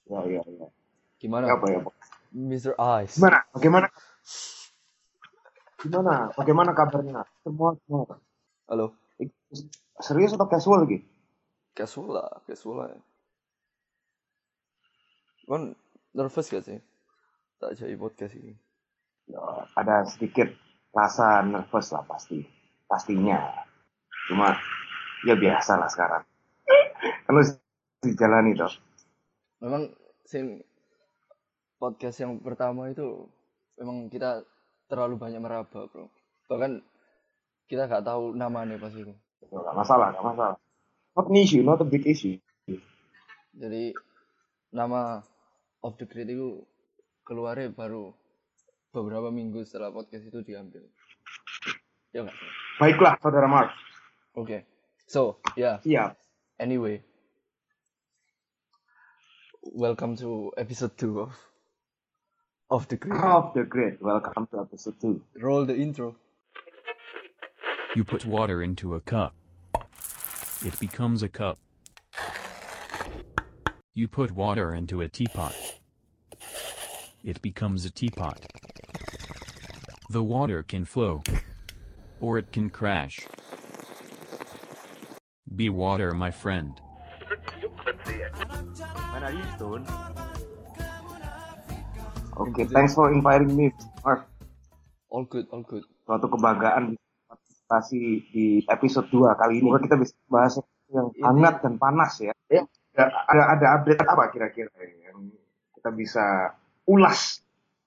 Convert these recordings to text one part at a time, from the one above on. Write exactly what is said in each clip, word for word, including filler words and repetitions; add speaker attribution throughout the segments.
Speaker 1: Ya, ya, ya.
Speaker 2: Gimana?
Speaker 1: Ya, apa ya, Pak?
Speaker 2: mister Ice.
Speaker 1: Gimana? Bagaimana? Gimana? Bagaimana kabarnya? Semua semua.
Speaker 2: Halo.
Speaker 1: Eh, Serius atau casual lagi?
Speaker 2: Casual lah, casual lah. Kan nervous gak sih? Tak jadi podcast ini.
Speaker 1: Ya, ada sedikit rasa nervous lah pasti. Pastinya. Cuma ya biasa lah sekarang. Kalau dijalani toh.
Speaker 2: Memang sin podcast yang pertama itu memang kita terlalu banyak meraba, bro. Bahkan kita gak tahu namanya pas itu.
Speaker 1: Ya, Gak masalah, gak masalah. Not an issue, not a big issue.
Speaker 2: Jadi nama Off the Grid itu keluarnya baru beberapa minggu setelah podcast itu diambil. Ya nggak?
Speaker 1: Baiklah, saudara Mark.
Speaker 2: Oke. Okay. So, yeah.
Speaker 1: Siap.
Speaker 2: Anyway, welcome to episode two of Off the Grid.
Speaker 1: Off the Grid. Welcome to episode two.
Speaker 2: Roll the intro.
Speaker 3: You put water into a cup. It becomes a cup. You put water into a teapot. It becomes a teapot. The water can flow, or it can crash. Be water, my friend.
Speaker 1: When are you, Stone? Oke, okay, thanks for inviting me, Mark.
Speaker 2: All good, all good.
Speaker 1: Suatu kebanggaan partisipasi di episode dua kali ini. Kita bisa bahas yang hangat dan panas ya. Ya. Ada, ada update apa kira-kira yang kita bisa ulas?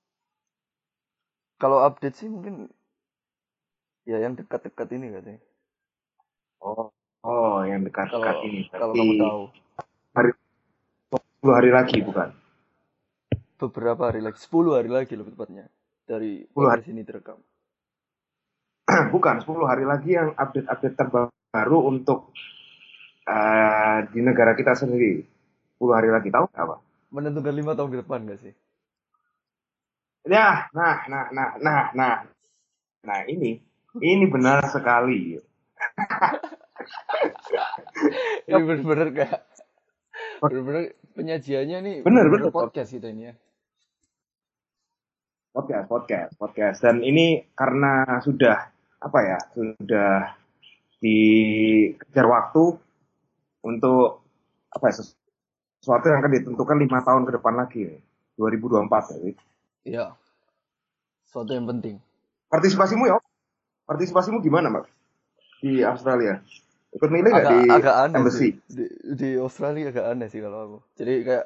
Speaker 2: Kalau update sih mungkin ya yang dekat-dekat ini katanya.
Speaker 1: Oh, oh yang dekat-dekat
Speaker 2: Kalau-
Speaker 1: ini.
Speaker 2: Kalau
Speaker 1: Tapi
Speaker 2: kamu tahu,
Speaker 1: hari sepuluh hari lagi bukan?
Speaker 2: beberapa hari lagi, sepuluh hari lagi lebih tepatnya dari
Speaker 1: sepuluh hari.
Speaker 2: podcast ini direkam.
Speaker 1: Bukan, sepuluh hari lagi yang update-update terbaru untuk uh, di negara kita sendiri. sepuluh hari lagi, tahu nggak apa?
Speaker 2: Menentukan lima tahun ke depan gak sih?
Speaker 1: Ya, nah, nah, nah, nah, nah. Nah, ini, ini benar sekali.
Speaker 2: Ini bener-bener kayak bener-bener penyajiannya nih
Speaker 1: Bener,
Speaker 2: bener-bener
Speaker 1: bener.
Speaker 2: podcast kita ini ya.
Speaker 1: Podcast, podcast, podcast. Dan ini karena sudah, apa ya, sudah dikejar waktu untuk, apa ya, sesuatu yang akan ditentukan lima tahun ke depan lagi. dua ribu dua puluh empat. Ya.
Speaker 2: Iya. Suatu yang penting.
Speaker 1: Partisipasimu ya? Partisipasimu gimana, Mbak? Di Australia? Ikut milih nggak
Speaker 2: Agak,
Speaker 1: di
Speaker 2: agak aneh
Speaker 1: embassy?
Speaker 2: sih. Di, di Australia agak aneh sih kalau aku. Jadi kayak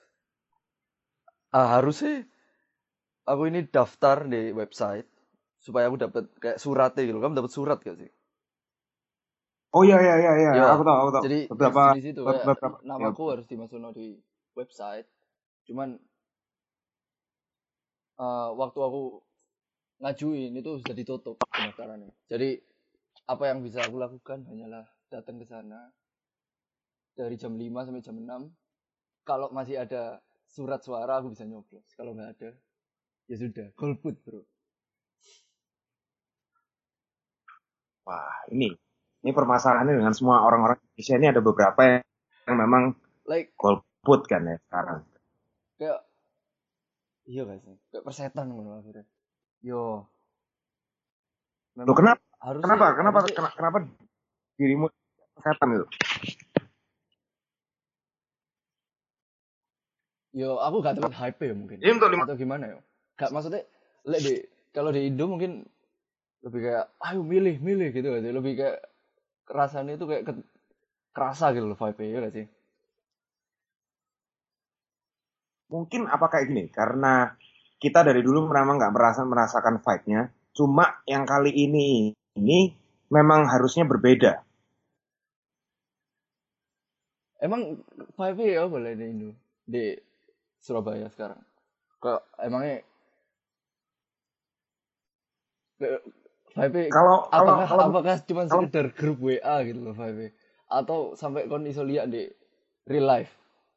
Speaker 2: ah, harus sih aku ini daftar di website supaya aku dapat kayak suratnya gitu. Kamu dapat surat gak sih?
Speaker 1: Oh iya iya iya iya,
Speaker 2: Iya.
Speaker 1: aku tahu aku tahu.
Speaker 2: Jadi
Speaker 1: beberapa
Speaker 2: di situ
Speaker 1: be-
Speaker 2: kayak
Speaker 1: beberapa
Speaker 2: namaku
Speaker 1: ya.
Speaker 2: harus dimasukin di website. Cuman uh, waktu aku ngajuin itu sudah ditutup pendaftarannya. Jadi apa yang bisa aku lakukan hanyalah datang ke sana dari jam lima sampai jam enam. Kalau masih ada surat suara aku bisa nyoblos. Kalau nggak ada, ya sudah, golput bro.
Speaker 1: Wah ini ini permasalahannya dengan semua orang-orang Indonesia ini ada beberapa yang, yang memang
Speaker 2: Like
Speaker 1: golput kan ya sekarang.
Speaker 2: kayak iya gak sih? Kayak persetan ngono akhirnya. Yo.
Speaker 1: Loh, kenapa?
Speaker 2: Harus
Speaker 1: Kenapa?
Speaker 2: sih,
Speaker 1: Kenapa?
Speaker 2: harus sih.
Speaker 1: Kenapa? Kenapa dirimu setan itu?
Speaker 2: Yo, aku gak dapat hype ya mungkin.
Speaker 1: Ini untuk lima.
Speaker 2: Atau gimana ya? Gak maksudnya, lek di kalau di Indo mungkin lebih kayak ayo milih milih gitu gak sih? Lebih kayak rasanya itu kayak ke, kerasa gitu loh vibe-nya ya gak sih?
Speaker 1: Mungkin apa kayak gini? Karena kita dari dulu memang nggak merasa merasakan vibe-nya. Cuma yang kali ini ini memang harusnya berbeda.
Speaker 2: Emang vibe-nya ya boleh di Indo di Surabaya sekarang. Kok emangnya vibe
Speaker 1: Kalau kalau
Speaker 2: apakah
Speaker 1: kalau
Speaker 2: apakah cuma
Speaker 1: kalau-
Speaker 2: sekedar grup W A gitu loh vibe atau sampai kon iso lihat di real life?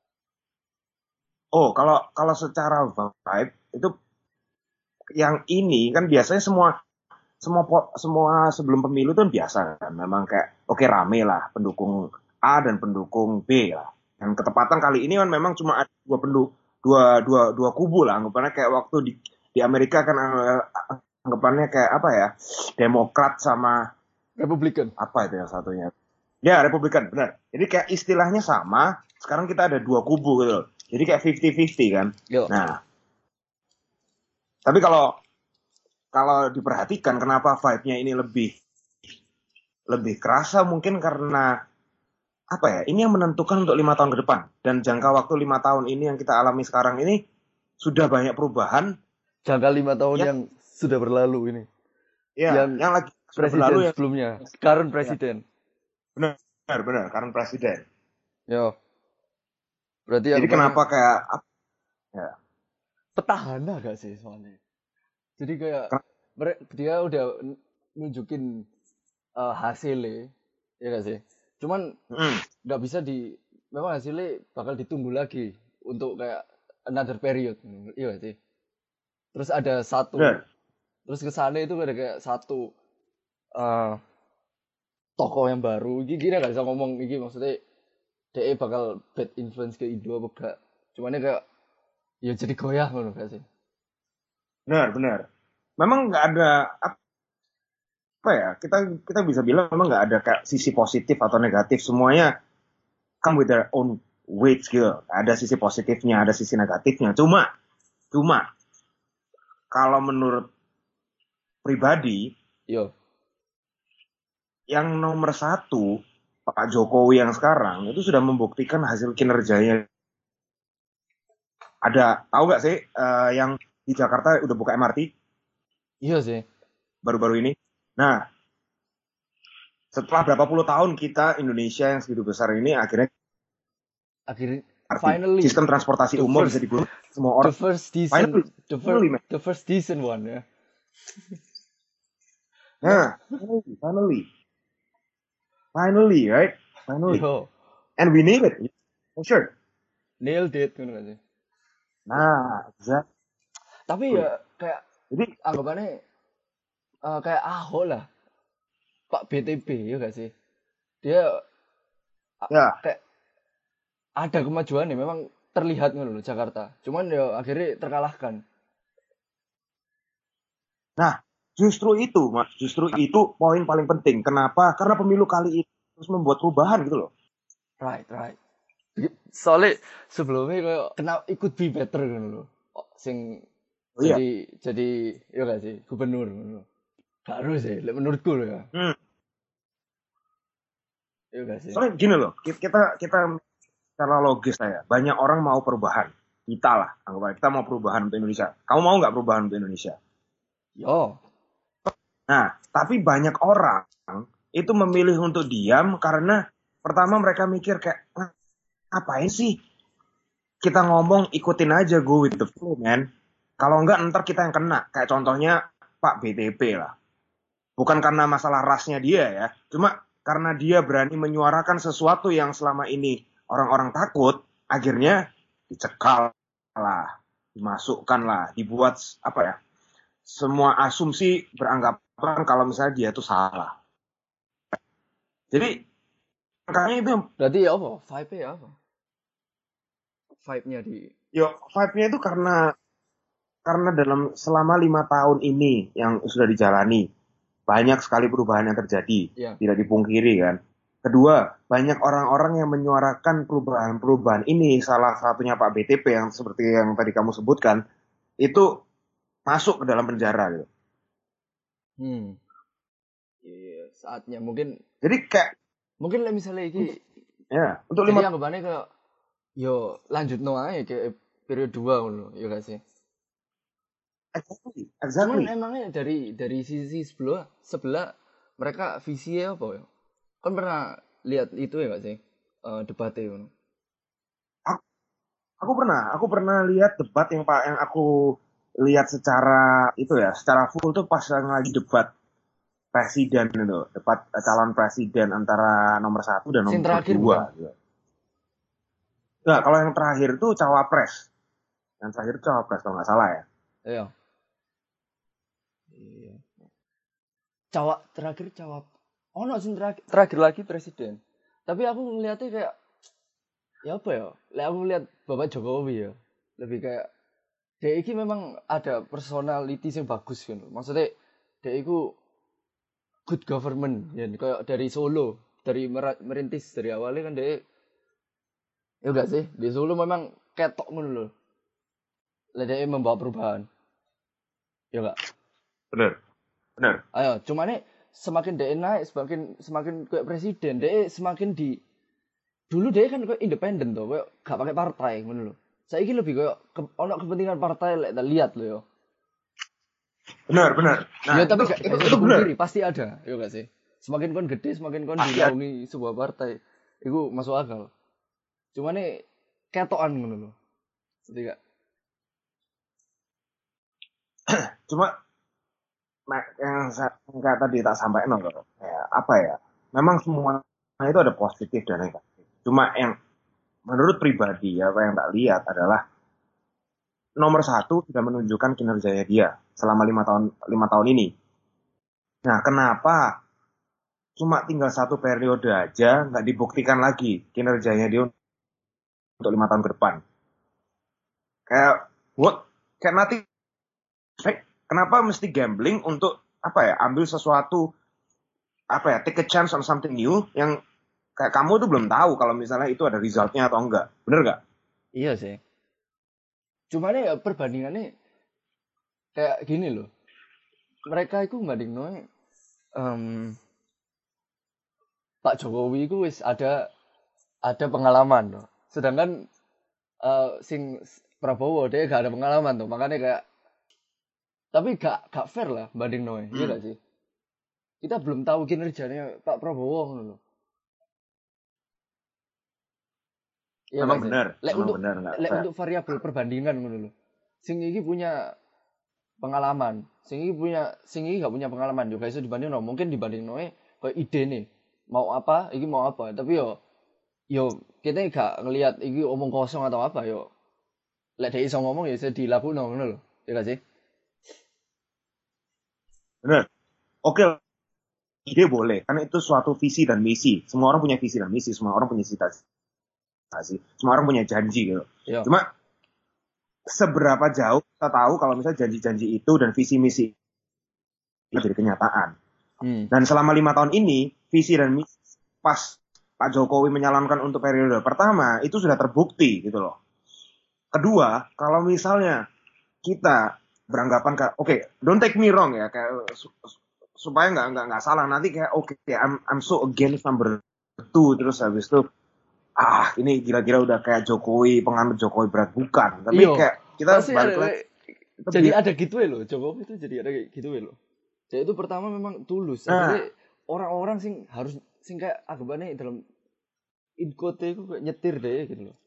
Speaker 1: Oh, kalau kalau secara vibe itu yang ini kan biasanya semua semua po- semua sebelum pemilu itu kan biasa kan memang kayak oke rame lah pendukung A dan pendukung B lah. Dan ketepatan kali ini kan memang cuma ada dua penduk, dua dua dua kubu lah, anggapannya kayak waktu di di Amerika kan uh, anggapannya kayak apa ya, Demokrat sama
Speaker 2: Republikan.
Speaker 1: apa itu yang satunya? Ya, Republikan, benar. Jadi kayak istilahnya sama, sekarang kita ada dua kubu gitu. Jadi kayak fifty fifty kan.
Speaker 2: Yo.
Speaker 1: Nah, tapi kalau kalau diperhatikan kenapa vibe-nya ini lebih lebih kerasa mungkin karena apa ya? Ini yang menentukan untuk lima tahun ke depan, dan jangka waktu lima tahun ini yang kita alami sekarang ini sudah banyak perubahan.
Speaker 2: Jangka lima tahun
Speaker 1: yang,
Speaker 2: yang sudah berlalu ini.
Speaker 1: Ya,
Speaker 2: yang,
Speaker 1: yang lagi sudah
Speaker 2: presiden
Speaker 1: berlalu yang
Speaker 2: sebelumnya, current presiden.
Speaker 1: Ya, benar, benar, current presiden.
Speaker 2: Yo. Berarti
Speaker 1: Jadi kenapa kayak ya.
Speaker 2: petahana gak sih soalnya? Jadi kayak mere- dia udah nunjukin uh, hasilnya, ya gak sih? Cuman nggak mm. bisa di, memang hasilnya bakal ditunggu lagi untuk kayak another period, iya gak sih? Terus ada satu, Bener. Terus kesana itu ada kayak satu uh, tokoh yang baru. Gini gak bisa ngomong ini, maksudnya dia bakal bad influence ke Indo apa gak? Cuman kayak ya jadi goyah ngono gak sih?
Speaker 1: Benar, benar. Memang nggak ada apa ya, kita kita bisa bilang memang nggak ada kayak sisi positif atau negatif, semuanya come with their own weight gitu. Ada sisi positifnya, ada sisi negatifnya. Cuma, cuma kalau menurut pribadi, yo, yang nomor satu Pak Jokowi yang sekarang itu sudah membuktikan hasil kinerjanya. Ada, tahu nggak sih uh, yang di Jakarta udah buka M R T? Iya sih. Baru-baru ini. Nah, setelah berapa puluh tahun kita Indonesia yang segitu besar ini akhirnya
Speaker 2: akhirnya finally
Speaker 1: sistem transportasi umum bisa digunakan semua orang.
Speaker 2: The first decent, finally, the, first, finally, the first decent one ya.
Speaker 1: Nah, finally, finally, finally, right? Finally. Yo. And we need it, for sure.
Speaker 2: Nailed it, kan sih.
Speaker 1: Nah, exactly.
Speaker 2: Tapi ya kayak, jadi anggapannya uh, kayak Ahok lah. Pak B T P ya gak sih? Dia ya. Kayak ada kemajuan nih, memang terlihat ngono loh Jakarta. Cuman ya akhirnya terkalahkan.
Speaker 1: Nah, justru itu, Mas, justru itu poin paling penting. Kenapa? Karena pemilu kali ini terus membuat perubahan gitu loh.
Speaker 2: Right, right. Soalnya sebelumnya kayak kena ikut be better gitu loh. Sing oh, jadi iya. jadi ya gak sih gubernur ngono. Gak harus sih, menurutku loh ya. Hmm. Ya gak sih.
Speaker 1: Soalnya gini loh, kita kita secara logis saya, banyak orang mau perubahan. Kita lah, anggap kita mau perubahan untuk Indonesia. Kamu mau nggak perubahan untuk Indonesia?
Speaker 2: Yo.
Speaker 1: Nah, tapi banyak orang itu memilih untuk diam karena pertama mereka mikir kayak, ngapain sih kita ngomong, ikutin aja, go with the flow, man. Kalau enggak ntar kita yang kena. Kayak contohnya Pak B T P lah. Bukan karena masalah rasnya dia ya, cuma karena dia berani menyuarakan sesuatu yang selama ini orang-orang takut, akhirnya dicekal lah, dimasukkan lah, dibuat apa ya, semua asumsi beranggapan kalau misalnya dia itu salah. Jadi makanya itu
Speaker 2: berarti ya apa? Vibe-nya apa? Vibe-nya di
Speaker 1: yo vibe-nya itu karena karena dalam selama lima tahun ini yang sudah dijalani banyak sekali perubahan yang terjadi, ya. Tidak dipungkiri kan. Kedua, banyak orang-orang yang menyuarakan perubahan-perubahan ini, salah satunya Pak B T P yang seperti yang tadi kamu sebutkan, itu masuk ke dalam penjara gitu.
Speaker 2: Hmm. Iya, saatnya mungkin.
Speaker 1: Jadi kayak
Speaker 2: mungkin lah misalnya ini.
Speaker 1: Ya, untuk
Speaker 2: jadi
Speaker 1: lima.
Speaker 2: anggapannya kayak, yo lanjut no aja kayak periode dua loh, ya gak sih?
Speaker 1: Exactly, exactly.
Speaker 2: Cuman emangnya dari dari sisi sebelah sebelah mereka visinya apa ya? Kan pernah lihat itu ya gak sih? Uh, debatnya itu.
Speaker 1: Aku, aku pernah, aku pernah lihat debat yang Pak yang aku lihat secara itu ya, secara full tuh pas lagi debat presiden itu, debat calon presiden antara nomor satu dan nomor dua. Gitu. Nah, kalau yang terakhir itu cawapres. Yang terakhir itu cawapres kalau nggak salah ya.
Speaker 2: Iya. Iya. Cawa terakhir cawap. Oh no, sih terakhir, terakhir lagi presiden. Tapi aku ngeliatnya kayak ya apa ya? Lek aku lihat Bapak Jokowi ya, lebih kayak dia iki memang ada personality yang bagus kan. Maksudnya dia iku good government ya kayak dari Solo, dari mera- merintis dari awalnya kan dia ya enggak sih? Di Solo memang ketok ngono lho. Lah dia membawa perubahan. Ya enggak?
Speaker 1: Bener, bener.
Speaker 2: Ayo, cuma nih semakin dia naik, semakin semakin kayak presiden, dia semakin di dulu dia kan kayak independen tuh, kayak gak pakai partai ngono lho. Saiki lebih kayak ke, ono kepentingan partai lek tak lihat lho yo.
Speaker 1: Bener, bener. Nah,
Speaker 2: Ya tapi
Speaker 1: itu,
Speaker 2: gak
Speaker 1: itu,
Speaker 2: bisa
Speaker 1: itu bener.
Speaker 2: dipungkiri, pasti ada, ya gak sih? Semakin kon gede, semakin kon
Speaker 1: Pasti ada.
Speaker 2: dinaungi sebuah partai, itu masuk akal. Cuma nih ketokan ngono lho. Ngerti gak?
Speaker 1: Cuma nah, yang saya yang kayak tadi tak sampaikan loh, kayak apa ya? Memang semua itu ada positif dan negatif. Cuma yang menurut pribadi apa yang tak lihat adalah nomor satu sudah menunjukkan kinerjanya dia selama lima tahun lima tahun ini. Nah, kenapa cuma tinggal satu periode aja nggak dibuktikan lagi kinerjanya dia untuk lima tahun ke depan? Kayak what? Kayak nanti kenapa mesti gambling untuk apa ya? Ambil sesuatu apa ya? Take a chance on something new yang kayak kamu tuh belum tahu kalau misalnya itu ada resultnya atau enggak. Bener nggak?
Speaker 2: Iya sih. Cuma nih ya perbandingannya kayak gini loh. Mereka itu banding noe um, Pak Jokowi itu wis ada ada pengalaman loh. Sedangkan uh, sing Prabowo dia gak ada pengalaman tuh. Makanya kayak tapi gak gak fair lah banding noe. Iya
Speaker 1: Hmm.
Speaker 2: gak sih? Kita belum tahu kinerjanya Pak Prabowo ngono loh. Iya
Speaker 1: Memang
Speaker 2: gak sih?
Speaker 1: benar,
Speaker 2: Lek
Speaker 1: memang
Speaker 2: untuk
Speaker 1: benar nggak
Speaker 2: lek
Speaker 1: fair.
Speaker 2: untuk variabel perbandingan ngono loh. Sing iki punya pengalaman, sing iki punya sing iki gak punya pengalaman yo gak iso dibanding no. Mungkin dibanding noe kayak ide nih. Mau apa, iki mau apa. Tapi yo yo kita gak ngelihat iki omong kosong atau apa yo. Lek dia iso ngomong ya iso dilakukan ngono loh. Iya gak sih?
Speaker 1: Bener. Oke, ide boleh karena itu suatu visi dan misi. Semua orang punya visi dan misi, semua orang punya cita-cita, semua orang punya janji gitu.
Speaker 2: Yo.
Speaker 1: Cuma seberapa jauh kita tahu kalau misalnya janji-janji itu dan visi misi itu jadi kenyataan.
Speaker 2: Hmm.
Speaker 1: Dan selama lima tahun ini visi dan misi pas Pak Jokowi menyalonkan untuk periode pertama itu sudah terbukti gitu loh. Kedua, kalau misalnya kita beranggapan kayak oke, okay, don't take me wrong ya, kayak supaya nggak nggak nggak salah nanti kayak oke, okay, I'm I'm so against number two terus habis itu ah ini kira-kira udah kayak Jokowi penganut Jokowi berat bukan, tapi
Speaker 2: Iyo,
Speaker 1: kayak kita
Speaker 2: pasti
Speaker 1: balik
Speaker 2: ada,
Speaker 1: lagi
Speaker 2: jadi ada gitu ya loh, Jokowi itu jadi ada gitu ya loh. Jadi itu pertama memang tulus,
Speaker 1: nah,
Speaker 2: akhirnya orang-orang sing harus sing kayak anggapannya dalam inkote itu kayak nyetir deh gitu loh.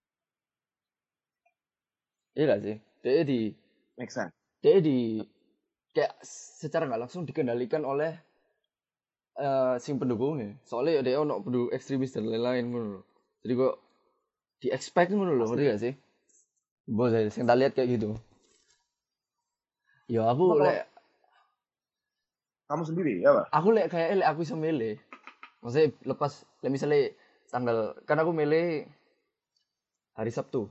Speaker 2: Iya gak sih? Dia di
Speaker 1: make sense.
Speaker 2: dia di kayak secara nggak langsung dikendalikan oleh uh, sing pendukungnya. Soalnya dia ono pendukung ekstremis dan lain-lain ngono loh. Jadi kok di expect ngono loh, ngerti gak sih? Bos saya sing tak lihat kayak gitu. Ya aku
Speaker 1: Cuma kalau
Speaker 2: lek
Speaker 1: kamu sendiri ya Pak?
Speaker 2: aku lek kayak lek aku iso milih. Maksudnya lepas lek misalnya tanggal kan aku milih hari Sabtu.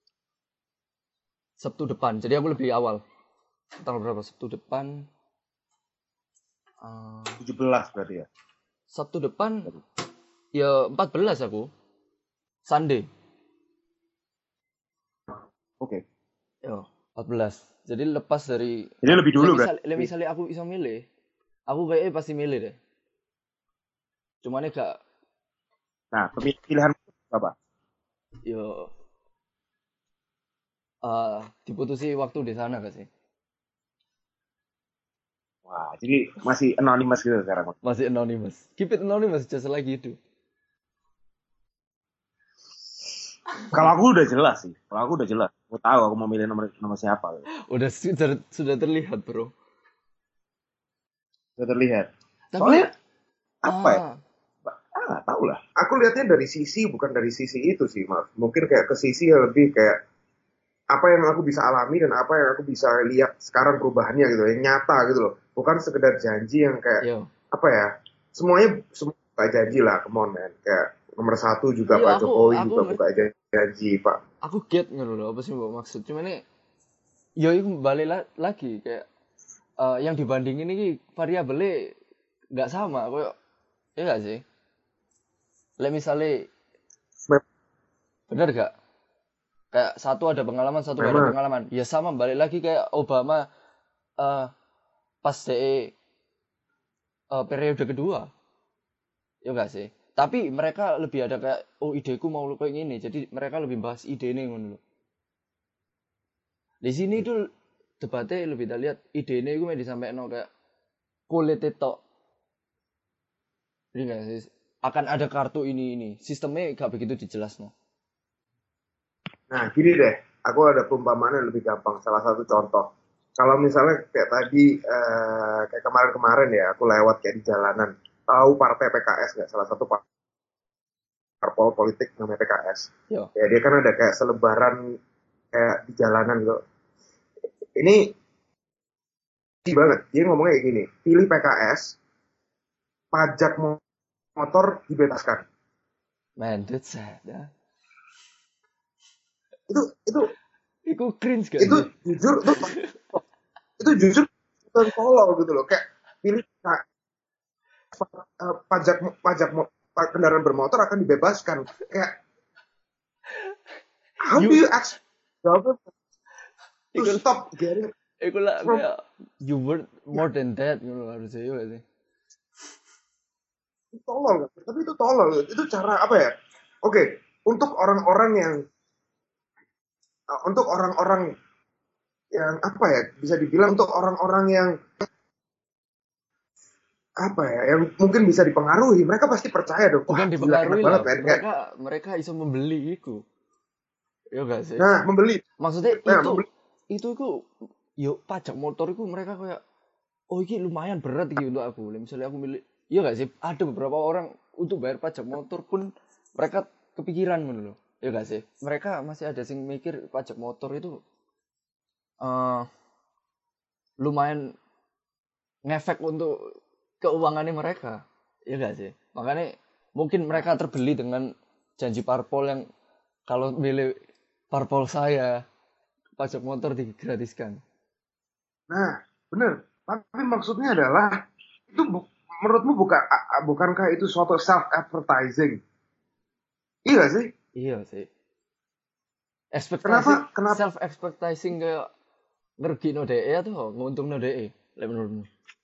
Speaker 2: Sabtu depan. Jadi aku lebih awal. Tanggal berapa? Sabtu depan. Uh,
Speaker 1: tujuh belas berarti ya.
Speaker 2: Sabtu depan ya empat belas aku. Sunday.
Speaker 1: Oke. Okay.
Speaker 2: Yo, empat belas. Jadi lepas dari
Speaker 1: Jadi lebih dulu
Speaker 2: misal,
Speaker 1: berarti.
Speaker 2: Lek misalnya aku iso milih, aku kayaknya pasti milih deh. Cuman ini gak.
Speaker 1: Nah, pilihan apa?
Speaker 2: Yo, uh, diputusi waktu di sana gak sih?
Speaker 1: Wah, jadi masih anonymous gitu sekarang.
Speaker 2: Masih anonymous. Keep it anonymous, just like itu.
Speaker 1: Kalau aku udah jelas sih. Kalau aku udah jelas. Aku tahu aku mau milih nomor nomor siapa. Gitu.
Speaker 2: Udah sudah, sudah terlihat, bro.
Speaker 1: Sudah terlihat.
Speaker 2: Tapi,
Speaker 1: soalnya apa
Speaker 2: ah,
Speaker 1: ya? Ah, nggak tahu lah. Aku lihatnya dari sisi bukan dari sisi itu sih, Mas. Mungkin kayak ke sisi yang lebih kayak apa yang aku bisa alami dan apa yang aku bisa lihat sekarang perubahannya gitu, yang nyata gitu loh. Bukan sekedar janji yang kayak
Speaker 2: yo.
Speaker 1: apa ya? Semuanya semua janji lah, come on man. Kayak nomor satu juga
Speaker 2: Iya,
Speaker 1: Pak
Speaker 2: aku
Speaker 1: Jokowi
Speaker 2: aku
Speaker 1: juga
Speaker 2: ngerti,
Speaker 1: buka janji Pak.
Speaker 2: aku get ngono lho apa sih mbok maksud. Cuman nih ya itu balik la- lagi kayak eh, yang dibandingin ini variabelnya nggak sama kayak ya nggak sih? Lah misalnya
Speaker 1: Mem-
Speaker 2: bener gak? Kayak satu ada pengalaman, satu gak ada
Speaker 1: Memang.
Speaker 2: pengalaman. Ya sama balik lagi kayak Obama eh pas de eh, periode kedua. Ya enggak sih? Tapi mereka lebih ada kayak oh ideku mau kayak gini. Jadi mereka lebih bahas ide ini ngono lho. Di sini tuh debatnya lebih tak lihat ide ini gue mau disampaikan kayak kulit tok. Jadi enggak sih? Akan ada kartu ini ini. Sistemnya gak begitu dijelas no.
Speaker 1: Nah, gini deh, aku ada perumpamaan yang lebih gampang. Salah satu contoh. Kalau misalnya kayak tadi, eh, kayak kemarin-kemarin ya, aku lewat kayak di jalanan. Tahu partai P K S nggak? Salah satu parpol politik namanya P K S.
Speaker 2: Yo.
Speaker 1: Ya, dia kan ada kayak selebaran kayak di jalanan gitu. Ini tinggi banget. Dia ngomongnya kayak gini, pilih P K S, pajak motor dibebaskan.
Speaker 2: Man, that's sad. Ya.
Speaker 1: Itu itu
Speaker 2: Itu cringe gak
Speaker 1: itu
Speaker 2: sih?
Speaker 1: jujur itu itu jujur bukan tolol gitu loh. Kayak pilih nah, eh, pajak pajak mo- kendaraan bermotor akan dibebaskan. Kayak how do
Speaker 2: You,
Speaker 1: you expect government to
Speaker 2: iku,
Speaker 1: stop getting
Speaker 2: iku lah
Speaker 1: from
Speaker 2: kayak you were more than that gitu loh harusnya ya gak sih?
Speaker 1: tolol nggak? Tapi itu tolol. Itu cara apa ya? Oke, untuk orang-orang yang uh, untuk orang-orang yang apa ya bisa dibilang untuk orang-orang yang apa ya yang mungkin bisa dipengaruhi, mereka pasti percaya dong. Wah
Speaker 2: Bukan
Speaker 1: gila enak
Speaker 2: dipengaruhi
Speaker 1: banget
Speaker 2: lah,
Speaker 1: men. Kayak,
Speaker 2: mereka mereka iso membeli iku. Ya gak sih?
Speaker 1: nah membeli,
Speaker 2: Maksudnya
Speaker 1: nah
Speaker 2: itu
Speaker 1: membeli.
Speaker 2: itu iku yuk pajak motor itu mereka kayak oh ini lumayan berat gitu untuk aku. Misalnya aku milih, iya gak sih? Ada beberapa orang untuk bayar pajak motor pun mereka kepikiran gitu loh. Ya gak sih? Mereka masih ada yang mikir pajak motor itu eh lumayan ngefek untuk keuangannya mereka. Ya gak sih? Makanya mungkin mereka terbeli dengan janji parpol yang kalau milih parpol saya pajak motor digratiskan.
Speaker 1: Nah bener. Tapi maksudnya adalah itu bu- menurutmu bukan a- a- bukankah itu suatu self advertising? Iya gak sih?
Speaker 2: Iya sih. Ekspektasi
Speaker 1: Kenapa kenapa
Speaker 2: self expectation kayak ngergi no D E atau nguntung no D E? Lek menurutmu?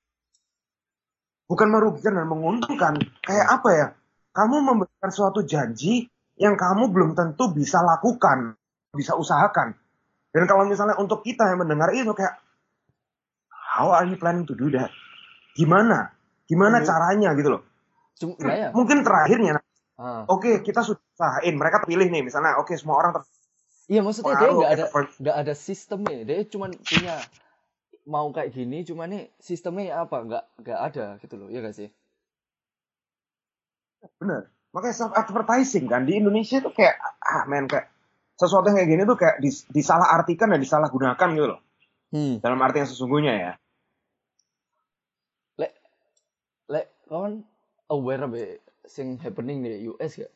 Speaker 1: bukan merugikan dan menguntungkan? Kayak
Speaker 2: Hmm.
Speaker 1: apa ya? Kamu memberikan suatu janji yang kamu belum tentu bisa lakukan, bisa usahakan. Dan kalau misalnya untuk kita yang mendengar itu kayak, how are you planning to do that? Gimana? Gimana
Speaker 2: Ambil
Speaker 1: caranya gitu loh?
Speaker 2: cuma lah ya.
Speaker 1: Mungkin terakhirnya,
Speaker 2: Ah.
Speaker 1: oke kita sudah usahain, mereka pilih nih, misalnya oke semua orang
Speaker 2: Iya maksudnya dia
Speaker 1: terpengaruh,
Speaker 2: nggak
Speaker 1: oke
Speaker 2: ada
Speaker 1: terpengaruh.
Speaker 2: nggak ada sistemnya. Dia cuma punya mau kayak gini, cuma nih sistemnya apa? Nggak nggak ada gitu loh. Iya gak sih?
Speaker 1: Bener. Makanya self advertising kan di Indonesia tuh kayak, ah men kayak sesuatu yang kayak gini tuh kayak dis, disalah artikan dan disalahgunakan gitu loh.
Speaker 2: Hmm.
Speaker 1: Dalam arti yang sesungguhnya ya.
Speaker 2: Lek lek kawan aware be sing happening di U S ya?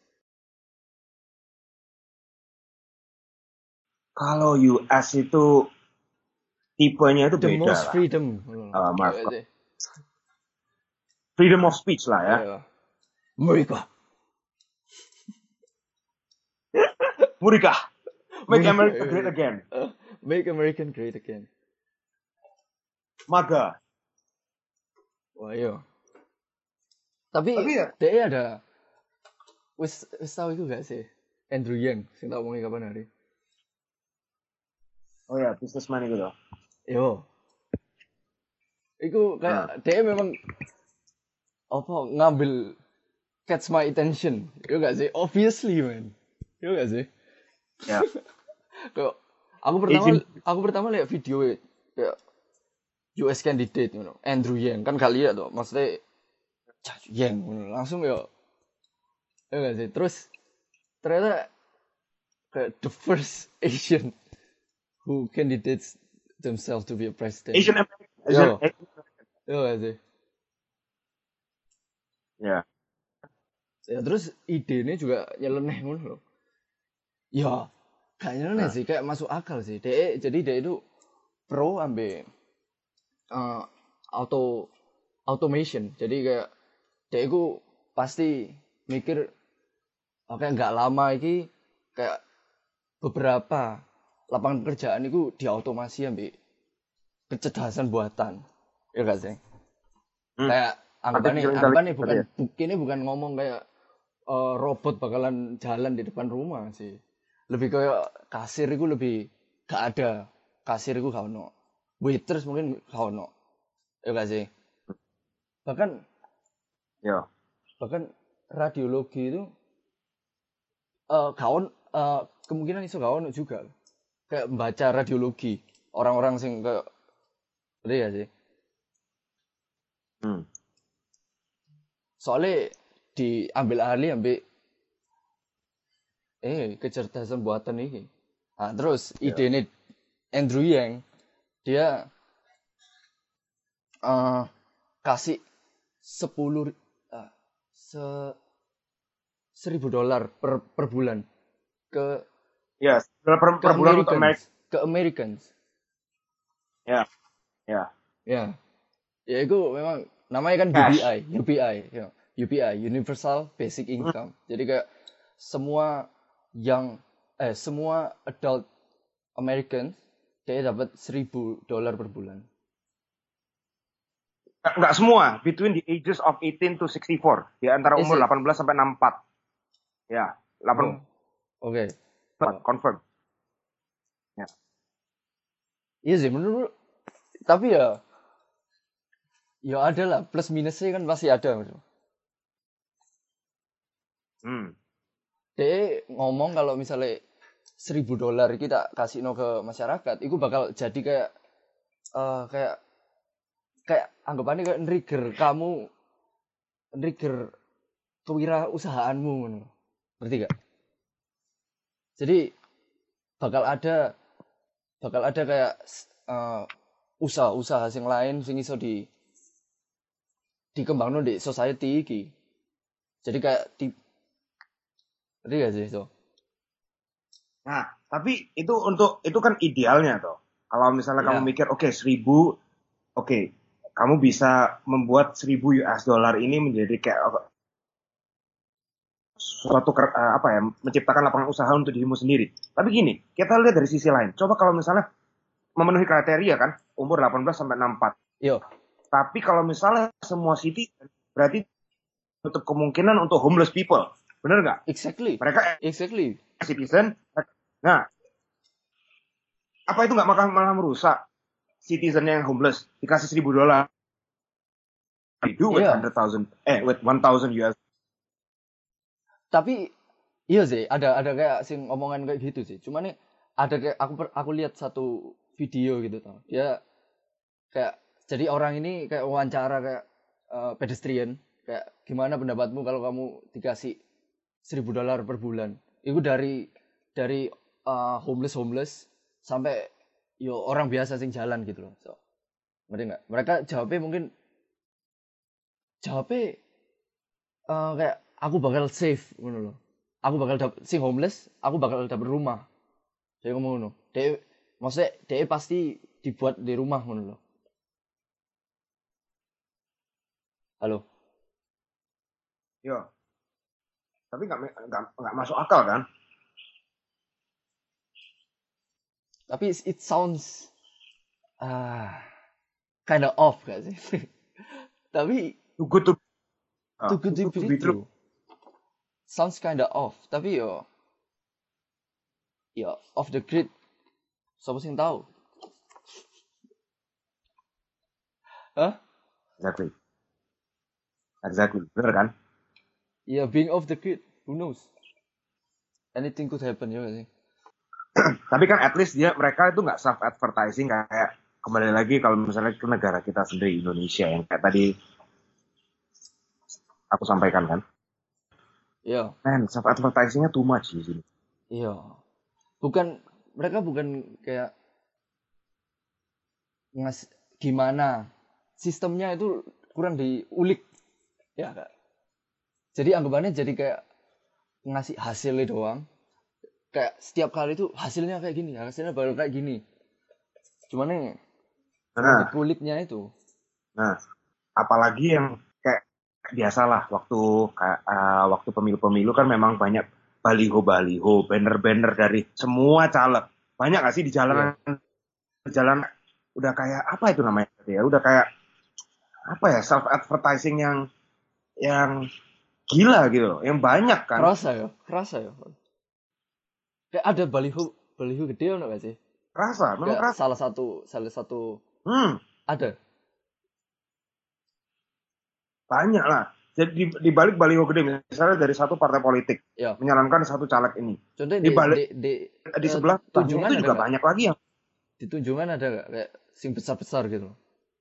Speaker 1: Kalau U S itu tipenya itu
Speaker 2: The
Speaker 1: beda
Speaker 2: most
Speaker 1: lah.
Speaker 2: freedom.
Speaker 1: Uh,
Speaker 2: Iya sih.
Speaker 1: freedom of speech lah ya.
Speaker 2: Iya. Mereka.
Speaker 1: Murika. Make
Speaker 2: Mereka.
Speaker 1: America great again.
Speaker 2: Uh, make American great again.
Speaker 1: Maga.
Speaker 2: Wah iya. Tapi,
Speaker 1: Tapi ya,
Speaker 2: dia ada wis wis tahu itu gak sih? Andrew Yang, sing tak omongin kapan hari.
Speaker 1: oh ya, businessman itu loh.
Speaker 2: Yo. Iku kayak
Speaker 1: Nah,
Speaker 2: dia memang apa ngambil catch my attention. Yo gak sih? Obviously, man. Yo gak sih?
Speaker 1: ya.
Speaker 2: Kayak aku pertama
Speaker 1: Izin.
Speaker 2: aku pertama lihat video kayak U S candidate you know, Andrew Yang kan gak lihat tuh. Maksudnya Cah, Yang you know, langsung yo. Yo gak sih? Terus ternyata kayak the first Asian who candidates themselves to be a president.
Speaker 1: Asian American.
Speaker 2: Yo.
Speaker 1: Asian,
Speaker 2: Yo gak sih?
Speaker 1: ya.
Speaker 2: Ya terus idenya juga nyeleneh ngono loh. Ya, gak nyeleneh
Speaker 1: Nah.
Speaker 2: sih, kayak masuk akal sih. Dek, jadi dia itu pro ambil uh, auto automation. Jadi kayak dia itu pasti mikir oke nggak lama iki kayak beberapa lapangan pekerjaan itu diautomasi ambil kecerdasan buatan. Ya gak sih?
Speaker 1: Hmm.
Speaker 2: Kayak anggapannya
Speaker 1: Artificial
Speaker 2: anggapannya
Speaker 1: intelligence
Speaker 2: bukan
Speaker 1: tadi ya?
Speaker 2: bu- ini bukan ngomong kayak eh, robot bakalan jalan di depan rumah sih. Lebih kayak kasir itu lebih gak ada. Kasir itu gak ono. Waiters mungkin gak ono. Ya gak sih? Bahkan
Speaker 1: Ya.
Speaker 2: bahkan radiologi itu eh gak on, eh, kemungkinan iso gak ono juga. Kayak membaca radiologi. Orang-orang sing kayak ngerti gak sih?
Speaker 1: Hmm.
Speaker 2: Soalnya diambil ahli ambil eh kecerdasan buatan ini. Nah, terus
Speaker 1: Ya.
Speaker 2: ide ini Andrew Yang dia eh kasih sepuluh eh, se seribu dolar per per bulan ke
Speaker 1: Ya, per, per,
Speaker 2: ke
Speaker 1: per bulan untuk
Speaker 2: Americans,
Speaker 1: Amerika.
Speaker 2: ke Americans.
Speaker 1: Ya. Ya.
Speaker 2: Ya, ya itu memang namanya kan
Speaker 1: Cash.
Speaker 2: U B I, U B I, ya. U B I, Universal Basic Income. Jadi kayak semua yang eh semua adult Americans dia dapat seribu dolar per bulan.
Speaker 1: Nggak nggak semua, between the ages of eighteen to sixty-four, di antara
Speaker 2: Is
Speaker 1: umur
Speaker 2: it?
Speaker 1: delapan belas sampai enam puluh empat. Ya,
Speaker 2: Oh,
Speaker 1: delapan puluh
Speaker 2: oke.
Speaker 1: empat confirm. Ya.
Speaker 2: Iya sih menurut tapi ya ya ada lah plus minusnya kan pasti ada.
Speaker 1: Hmm.
Speaker 2: Dia ngomong kalau misalnya seribu dolar kita kasih no ke masyarakat, itu bakal jadi kayak eh kayak kayak anggapannya kayak trigger kamu trigger kewirausahaanmu ngono. Ngerti gak? Jadi bakal ada bakal ada kayak eh, usaha-usaha sing lain sing iso di dikembangno di society iki. Jadi kayak di ngerti gak sih so?
Speaker 1: Nah, tapi itu untuk itu kan idealnya toh. Kalau misalnya kamu
Speaker 2: Ya,
Speaker 1: mikir, oke okay, seribu, oke, okay, kamu bisa membuat seribu U S dollar ini menjadi kayak suatu uh, apa ya, menciptakan lapangan usaha untuk dirimu sendiri. Tapi gini, kita lihat dari sisi lain. Coba kalau misalnya memenuhi kriteria kan, umur delapan belas sampai enam puluh empat.
Speaker 2: yo,
Speaker 1: Tapi kalau misalnya semua city, berarti tutup kemungkinan untuk homeless people. Bener nggak?
Speaker 2: exactly,
Speaker 1: Mereka
Speaker 2: exactly.
Speaker 1: citizen. Nah, apa itu nggak malah malah merusak citizen yang homeless dikasih seribu dolar? Do with
Speaker 2: Iya,
Speaker 1: hundred thousand, eh with one thousand U S.
Speaker 2: tapi iya sih, ada ada kayak sing omongan kayak gitu sih. Cuman nih ada kayak aku per- aku lihat satu video gitu tau. Dia kayak jadi orang ini kayak wawancara kayak eh, pedestrian, kayak gimana pendapatmu kalau kamu dikasih seribu dolar per bulan? Itu dari dari eh, homeless homeless sampai yo orang biasa sing jalan gitu loh. So, ngerti nggak? Mereka jawabnya mungkin jawabnya eh, kayak aku bakal save ngono loh. Aku bakal dapet sing homeless, aku bakal dapet rumah. Dia ngomong ngono. Dia maksudnya dia pasti dibuat di rumah ngono loh. Halo.
Speaker 1: Yo, tapi nggak nggak nggak masuk akal kan?
Speaker 2: Tapi it sounds ah kind of off gak sih? Tapi
Speaker 1: Too good to, uh,
Speaker 2: too good to
Speaker 1: to
Speaker 2: be
Speaker 1: be true.
Speaker 2: true. Sounds kind of off. Tapi yo yo off the grid. Siapa sih yang tahu? Hah?
Speaker 1: Exactly, exactly, bener kan?
Speaker 2: Ya being off the grid. Who knows? Anything could happen ya gak sih?
Speaker 1: Tapi kan at least dia mereka itu nggak self advertising kayak kembali lagi kalau misalnya ke negara kita sendiri Indonesia yang kayak tadi aku sampaikan kan.
Speaker 2: Iya.
Speaker 1: Man, self advertisingnya too much di sini.
Speaker 2: Iya. Bukan mereka bukan kayak ngas gimana sistemnya itu kurang diulik ya kak. Jadi anggapannya jadi kayak ngasih hasilnya doang. Kayak setiap kali itu hasilnya kayak gini, hasilnya baru kayak gini. Cuman nih di
Speaker 1: Nah,
Speaker 2: kulitnya itu.
Speaker 1: nah, apalagi yang kayak biasalah waktu kayak eh, waktu pemilu-pemilu kan memang banyak baliho-baliho, banner-banner dari semua caleg. Banyak gak sih di
Speaker 2: Iya.
Speaker 1: jalanan jalan udah kayak apa itu namanya ya? Udah kayak apa ya self advertising yang yang gila gitu loh, yang banyak kan.
Speaker 2: Kerasa ya, kerasa ya. Kayak ada baliho baliho gede enggak gak sih?
Speaker 1: Kerasa, memang
Speaker 2: Kayak
Speaker 1: kerasa.
Speaker 2: salah satu salah satu
Speaker 1: Hmm,
Speaker 2: ada.
Speaker 1: banyak lah. Jadi di, di balik baliho gede misalnya dari satu partai politik
Speaker 2: Ya.
Speaker 1: menyarankan satu caleg ini.
Speaker 2: Contohnya
Speaker 1: Di
Speaker 2: di
Speaker 1: balik
Speaker 2: di di
Speaker 1: di
Speaker 2: eh,
Speaker 1: sebelah sebelahnya
Speaker 2: tunjungan
Speaker 1: itu
Speaker 2: ada
Speaker 1: juga
Speaker 2: nggak?
Speaker 1: banyak lagi yang
Speaker 2: Di tunjungan ada nggak kayak sing besar-besar gitu?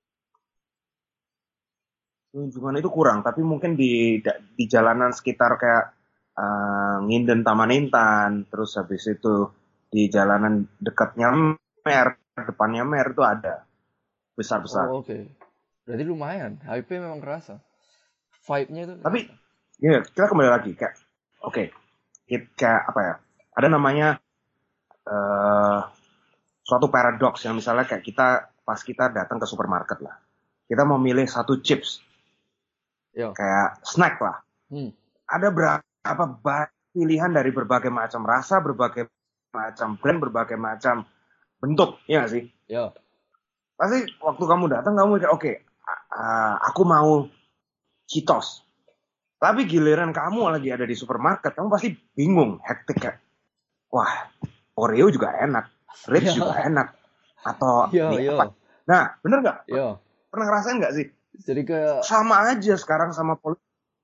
Speaker 1: kunjungan itu kurang, tapi mungkin di di jalanan sekitar kayak eh, Nginden Taman Intan, terus habis itu di jalanan dekatnya Mer, depannya Mer itu ada besar-besar.
Speaker 2: Oh, oke. Okay. Berarti lumayan. H I P memang kerasa. Vibe-nya itu
Speaker 1: Tapi
Speaker 2: kerasa.
Speaker 1: ya kita kembali lagi kayak oke, okay, kayak apa ya? Ada namanya eh, suatu paradoks yang misalnya kayak kita pas kita datang ke supermarket lah, kita mau milih satu chips
Speaker 2: Yo.
Speaker 1: kayak snack lah.
Speaker 2: Hmm.
Speaker 1: Ada berapa banyak pilihan dari berbagai macam rasa, berbagai macam brand, berbagai macam bentuk, ya nggak sih?
Speaker 2: Yo.
Speaker 1: Pasti waktu kamu datang kamu kayak oke, okay, uh, aku mau Cheetos. Tapi giliran kamu lagi ada di supermarket, kamu pasti bingung, hektik kayak, wah, Oreo juga enak, Ritz juga
Speaker 2: Ya.
Speaker 1: enak, atau
Speaker 2: Yo,
Speaker 1: ini apa?
Speaker 2: yo.
Speaker 1: Nah, bener nggak?
Speaker 2: Yo.
Speaker 1: Pernah ngerasain nggak sih?
Speaker 2: Jadi kayak
Speaker 1: Sama aja sekarang sama politik.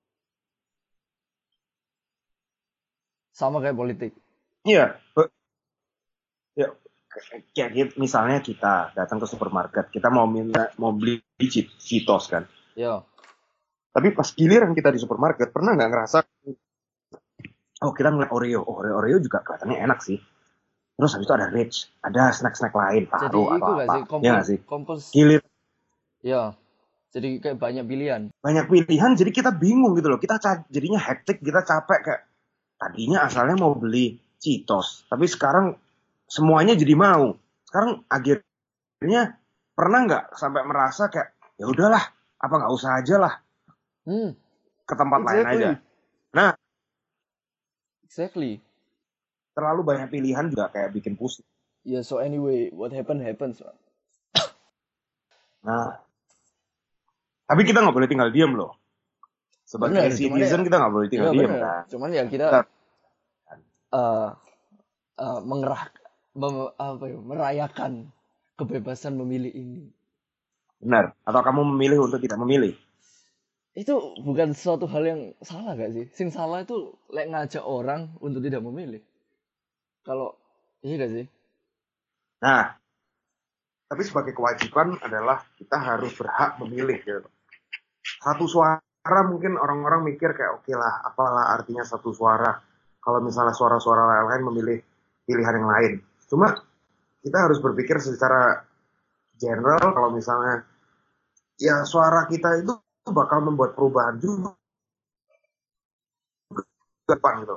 Speaker 2: sama kayak politik.
Speaker 1: Iya, ya, kayak gitu, misalnya kita datang ke supermarket, kita mau minta mau beli Cheetos kan.
Speaker 2: Yo.
Speaker 1: Tapi pas giliran kita di supermarket, pernah nggak ngerasa, oh kita ngeliat Oreo, oh Oreo, Oreo juga kelihatannya enak sih. Terus habis itu ada Ritz, ada snack-snack lain,
Speaker 2: Jadi
Speaker 1: Taro atau
Speaker 2: itu gak
Speaker 1: apa.
Speaker 2: sih
Speaker 1: Ya
Speaker 2: kompos
Speaker 1: nggak sih?
Speaker 2: kompos.
Speaker 1: Gilir,
Speaker 2: Ya. Jadi kayak banyak pilihan.
Speaker 1: banyak pilihan, jadi kita bingung gitu loh. Kita ca- jadinya hektik, kita capek kayak, tadinya asalnya mau beli Cheetos, tapi sekarang semuanya jadi mau. Sekarang akhirnya pernah nggak sampai merasa kayak, ya udahlah, apa nggak usah aja lah
Speaker 2: Hmm.
Speaker 1: ke tempat lain aja.
Speaker 2: Exactly.
Speaker 1: Nah,
Speaker 2: Exactly.
Speaker 1: terlalu banyak pilihan juga kayak bikin pusing.
Speaker 2: Ya, so anyway, what happen happens, man.
Speaker 1: Nah, tapi kita nggak boleh tinggal diem loh. Sebagai
Speaker 2: Bener, cuman ya,
Speaker 1: citizen kita nggak boleh tinggal
Speaker 2: ya
Speaker 1: diem
Speaker 2: bener.
Speaker 1: kan.
Speaker 2: Cuman ya kita
Speaker 1: Kita,
Speaker 2: uh, uh, mengerah, mem- apa ya, merayakan kebebasan memilih ini.
Speaker 1: benar. Atau kamu memilih untuk tidak memilih.
Speaker 2: Itu bukan suatu hal yang salah gak sih? Sing salah itu lek ngajak orang untuk tidak memilih. Kalau iya gak sih?
Speaker 1: Nah, tapi sebagai kewajiban adalah kita harus berhak memilih gitu. Satu suara mungkin orang-orang mikir kayak oke okay lah, apalah artinya satu suara. Kalau misalnya suara-suara lain memilih pilihan yang lain. Cuma kita harus berpikir secara general kalau misalnya ya suara kita itu bakal membuat perubahan juga ke depan gitu.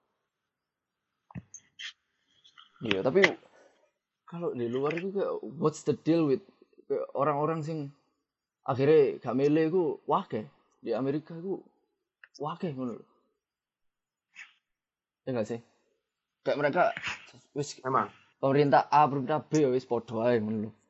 Speaker 2: Iya, tapi kalau di luar itu kayak what's the deal with kayak orang-orang sing akhirnya gak milih itu wake di Amerika itu wake ngono lho. Ya gak sih? Kayak mereka wis
Speaker 1: Memang.
Speaker 2: pemerintah A, pemerintah B ya wis padha ae ngono lho.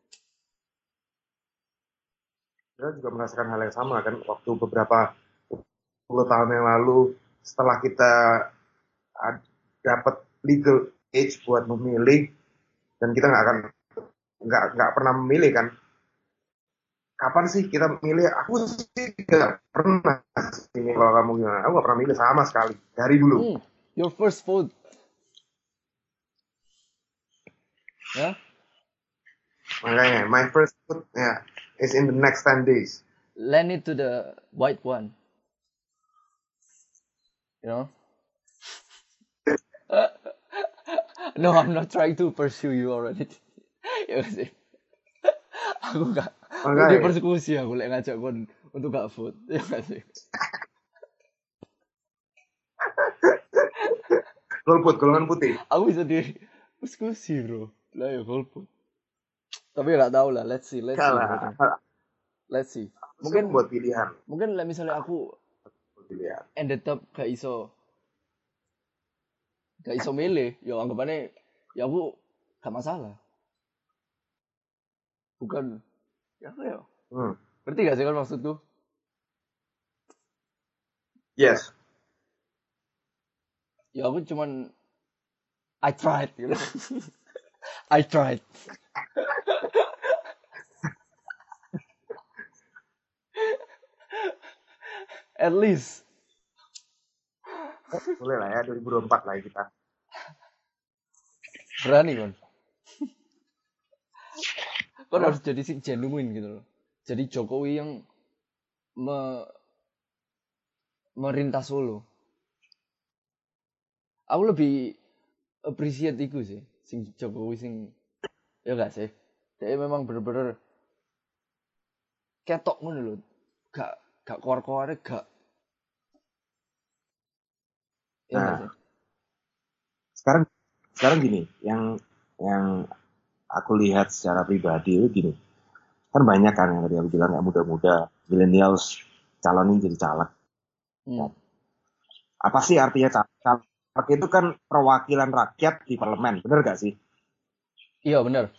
Speaker 1: Kita juga merasakan hal yang sama kan waktu beberapa puluh tahun yang lalu setelah kita dapat legal age buat memilih dan kita nggak akan nggak nggak pernah memilih kan. Kapan sih kita milih? Aku sih tidak pernah. Ini kalau kamu gimana? Aku nggak pernah milih sama sekali dari dulu.
Speaker 2: Hmm, your first vote. Ya?
Speaker 1: Makanya my first vote ya is in the next ten days.
Speaker 2: Lend it to the white one. You know? No, I'm not trying to pursue you already. Ya gak sih? Aku gak
Speaker 1: Makanya.
Speaker 2: dipersekusi aku lek ngajak kon untuk gak vote. Ya gak sih?
Speaker 1: Golput, golongan putih.
Speaker 2: Aku bisa di diskusi bro. Lah ya golput. Tapi nggak tahu lah. Let's see, let's see brother.
Speaker 1: Kalah.
Speaker 2: Let's see.
Speaker 1: Mungkin
Speaker 2: Mungkin
Speaker 1: buat pilihan.
Speaker 2: mungkin lah misalnya aku
Speaker 1: Pilihan.
Speaker 2: ended up gak iso gak iso milih, ya anggapannya ya aku gak masalah. Bukan ya apa ya?
Speaker 1: Hmm.
Speaker 2: Ngerti gak sih kan maksudku?
Speaker 1: Yes.
Speaker 2: Ya aku cuman I tried, you know. I tried. At least.
Speaker 1: Boleh lah ya, dua ribu dua puluh empat lah ya kita.
Speaker 2: Berani kan? Kan harus jadi si genuine gitu loh. Jadi Jokowi yang me merintah Solo. Aku lebih appreciate iku sih, sing Jokowi sing ya gak sih? Dia memang bener-bener ketok ngono lho. Gak gak keluar-keluare gak. Ya
Speaker 1: Nah,
Speaker 2: gak sih?
Speaker 1: sekarang sekarang gini, yang yang aku lihat secara pribadi itu gini. Kan banyak kan yang tadi aku bilang kayak muda-muda, millennials calonin jadi caleg.
Speaker 2: Hmm.
Speaker 1: Apa sih artinya caleg? Caleg itu kan perwakilan rakyat di parlemen, bener gak sih?
Speaker 2: Iya bener.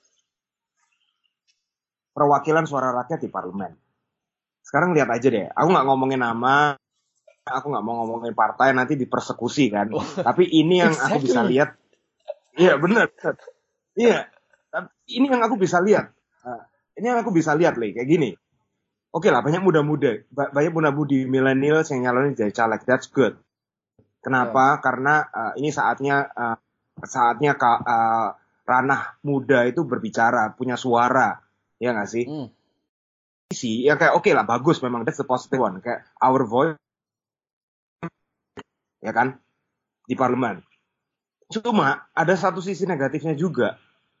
Speaker 1: Perwakilan suara rakyat di parlemen. Sekarang lihat aja deh, aku nggak ngomongin nama, aku nggak mau ngomongin partai nanti dipersekusi kan.
Speaker 2: Oh,
Speaker 1: Tapi ini yang aku bisa
Speaker 2: exactly.
Speaker 1: lihat, iya bener, iya. Tapi ini yang aku bisa lihat, Nah, ini yang aku bisa lihat nih kayak gini. Oke lah, banyak muda-muda, ba- banyak muda-mudi millennials yang nyalonin jadi caleg, that's good. Kenapa? Karena uh, ini saatnya uh, saatnya ka- uh, ranah muda itu berbicara, punya suara, ya nggak sih?
Speaker 2: Hmm.
Speaker 1: Sih, ya kayak oke lah, bagus memang, that's the positive one, kayak our voice, ya kan, di parlemen. Cuma ada satu sisi negatifnya juga.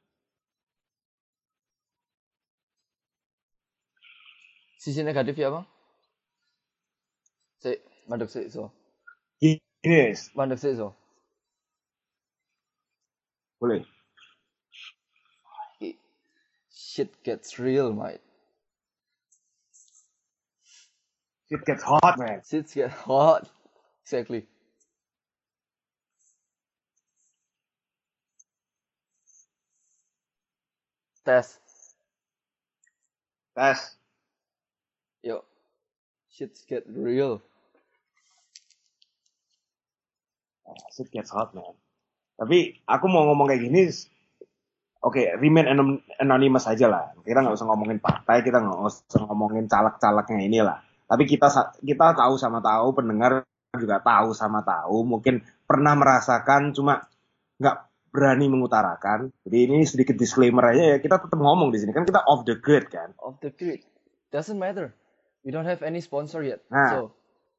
Speaker 2: Sisi negatif ya bang? Sik, mandek sik so.
Speaker 1: Gini,
Speaker 2: Mandek sik so.
Speaker 1: boleh.
Speaker 2: Shit gets real, mate.
Speaker 1: It gets hot, man.
Speaker 2: Shit get hot. Exactly. Tes.
Speaker 1: Tes.
Speaker 2: Yo. Shit get real.
Speaker 1: It gets hot, man. Tapi aku mau ngomong kayak gini, oke, okay, remain anom- anonymous aja lah. Kita nggak usah ngomongin partai, kita nggak usah ngomongin caleg-calegnya inilah. Tapi kita kita tahu sama tahu, pendengar juga tahu sama tahu, mungkin pernah merasakan, cuma nggak berani mengutarakan. Jadi ini sedikit disclaimer aja ya, kita tetap ngomong di sini kan kita off the grid kan.
Speaker 2: Off the grid. Doesn't matter. We don't have any sponsor yet.
Speaker 1: Nah.
Speaker 2: So.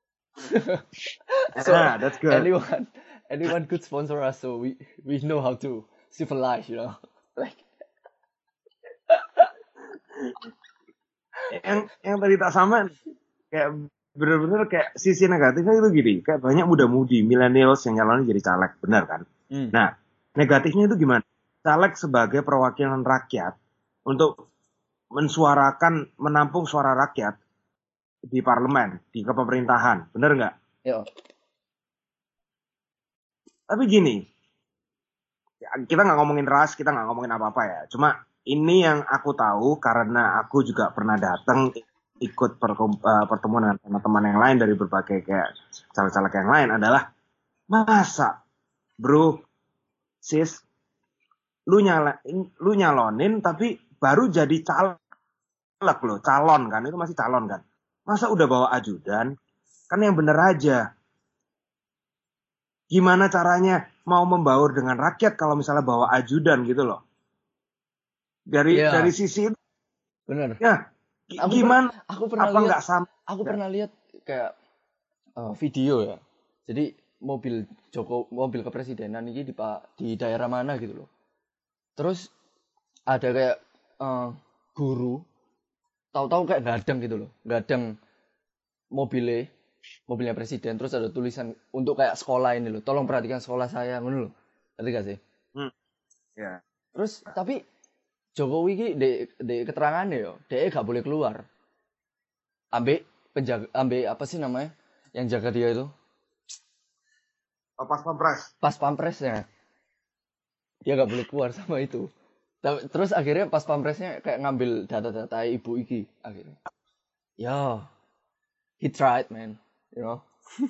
Speaker 2: so
Speaker 1: nah, that's good.
Speaker 2: anyone anyone could sponsor us, so we we know how to civilize, you know. Like
Speaker 1: yang yang tadi tak sama kayak bener-bener kayak sisi negatifnya itu gini, kayak banyak muda-mudi millennials yang nyalonin jadi caleg, benar kan?
Speaker 2: hmm.
Speaker 1: Nah, negatifnya itu gimana? Caleg sebagai perwakilan rakyat untuk mensuarakan, menampung suara rakyat di parlemen, di kepemerintahan, benar nggak?
Speaker 2: Yo.
Speaker 1: Tapi gini, kita nggak ngomongin ras, kita nggak ngomongin apa-apa ya. Cuma ini yang aku tahu karena aku juga pernah datang ikut pertemuan dengan teman-teman yang lain dari berbagai kayak caleg-caleg yang lain adalah masa, bro, sis, lu nyala, lu nyalonin tapi baru jadi caleg loh, calon kan, itu masih calon kan. Masa udah bawa ajudan, kan yang bener aja. Gimana caranya mau membaur dengan rakyat kalau misalnya bawa ajudan gitu loh. Dari yeah. dari sisi itu.
Speaker 2: Bener.
Speaker 1: Ya,
Speaker 2: aku
Speaker 1: gimana?
Speaker 2: Per, aku pernah
Speaker 1: apa
Speaker 2: lihat.
Speaker 1: Sama?
Speaker 2: Aku ya. pernah lihat kayak uh, video ya. Jadi mobil Joko, mobil kepresidenan ini di di daerah mana gitu loh. Terus ada kayak uh, guru, tahu-tahu kayak gadang gitu loh, gadang mobilnya mobilnya presiden, terus ada tulisan untuk kayak sekolah ini loh, tolong perhatikan sekolah saya, ngono loh. Ngerti gak sih?
Speaker 1: Hmm. Ya.
Speaker 2: Terus tapi Jokowi ki de, de keterangannya yo, dia gak boleh keluar. Ambek penjaga, ambek apa sih namanya? Yang jaga dia itu?
Speaker 1: Oh, pas pampres.
Speaker 2: Pas pampresnya. Dia gak boleh keluar sama itu. Terus akhirnya pas pampresnya kayak ngambil data-data ibu iki akhirnya. Ya, he tried man, you know.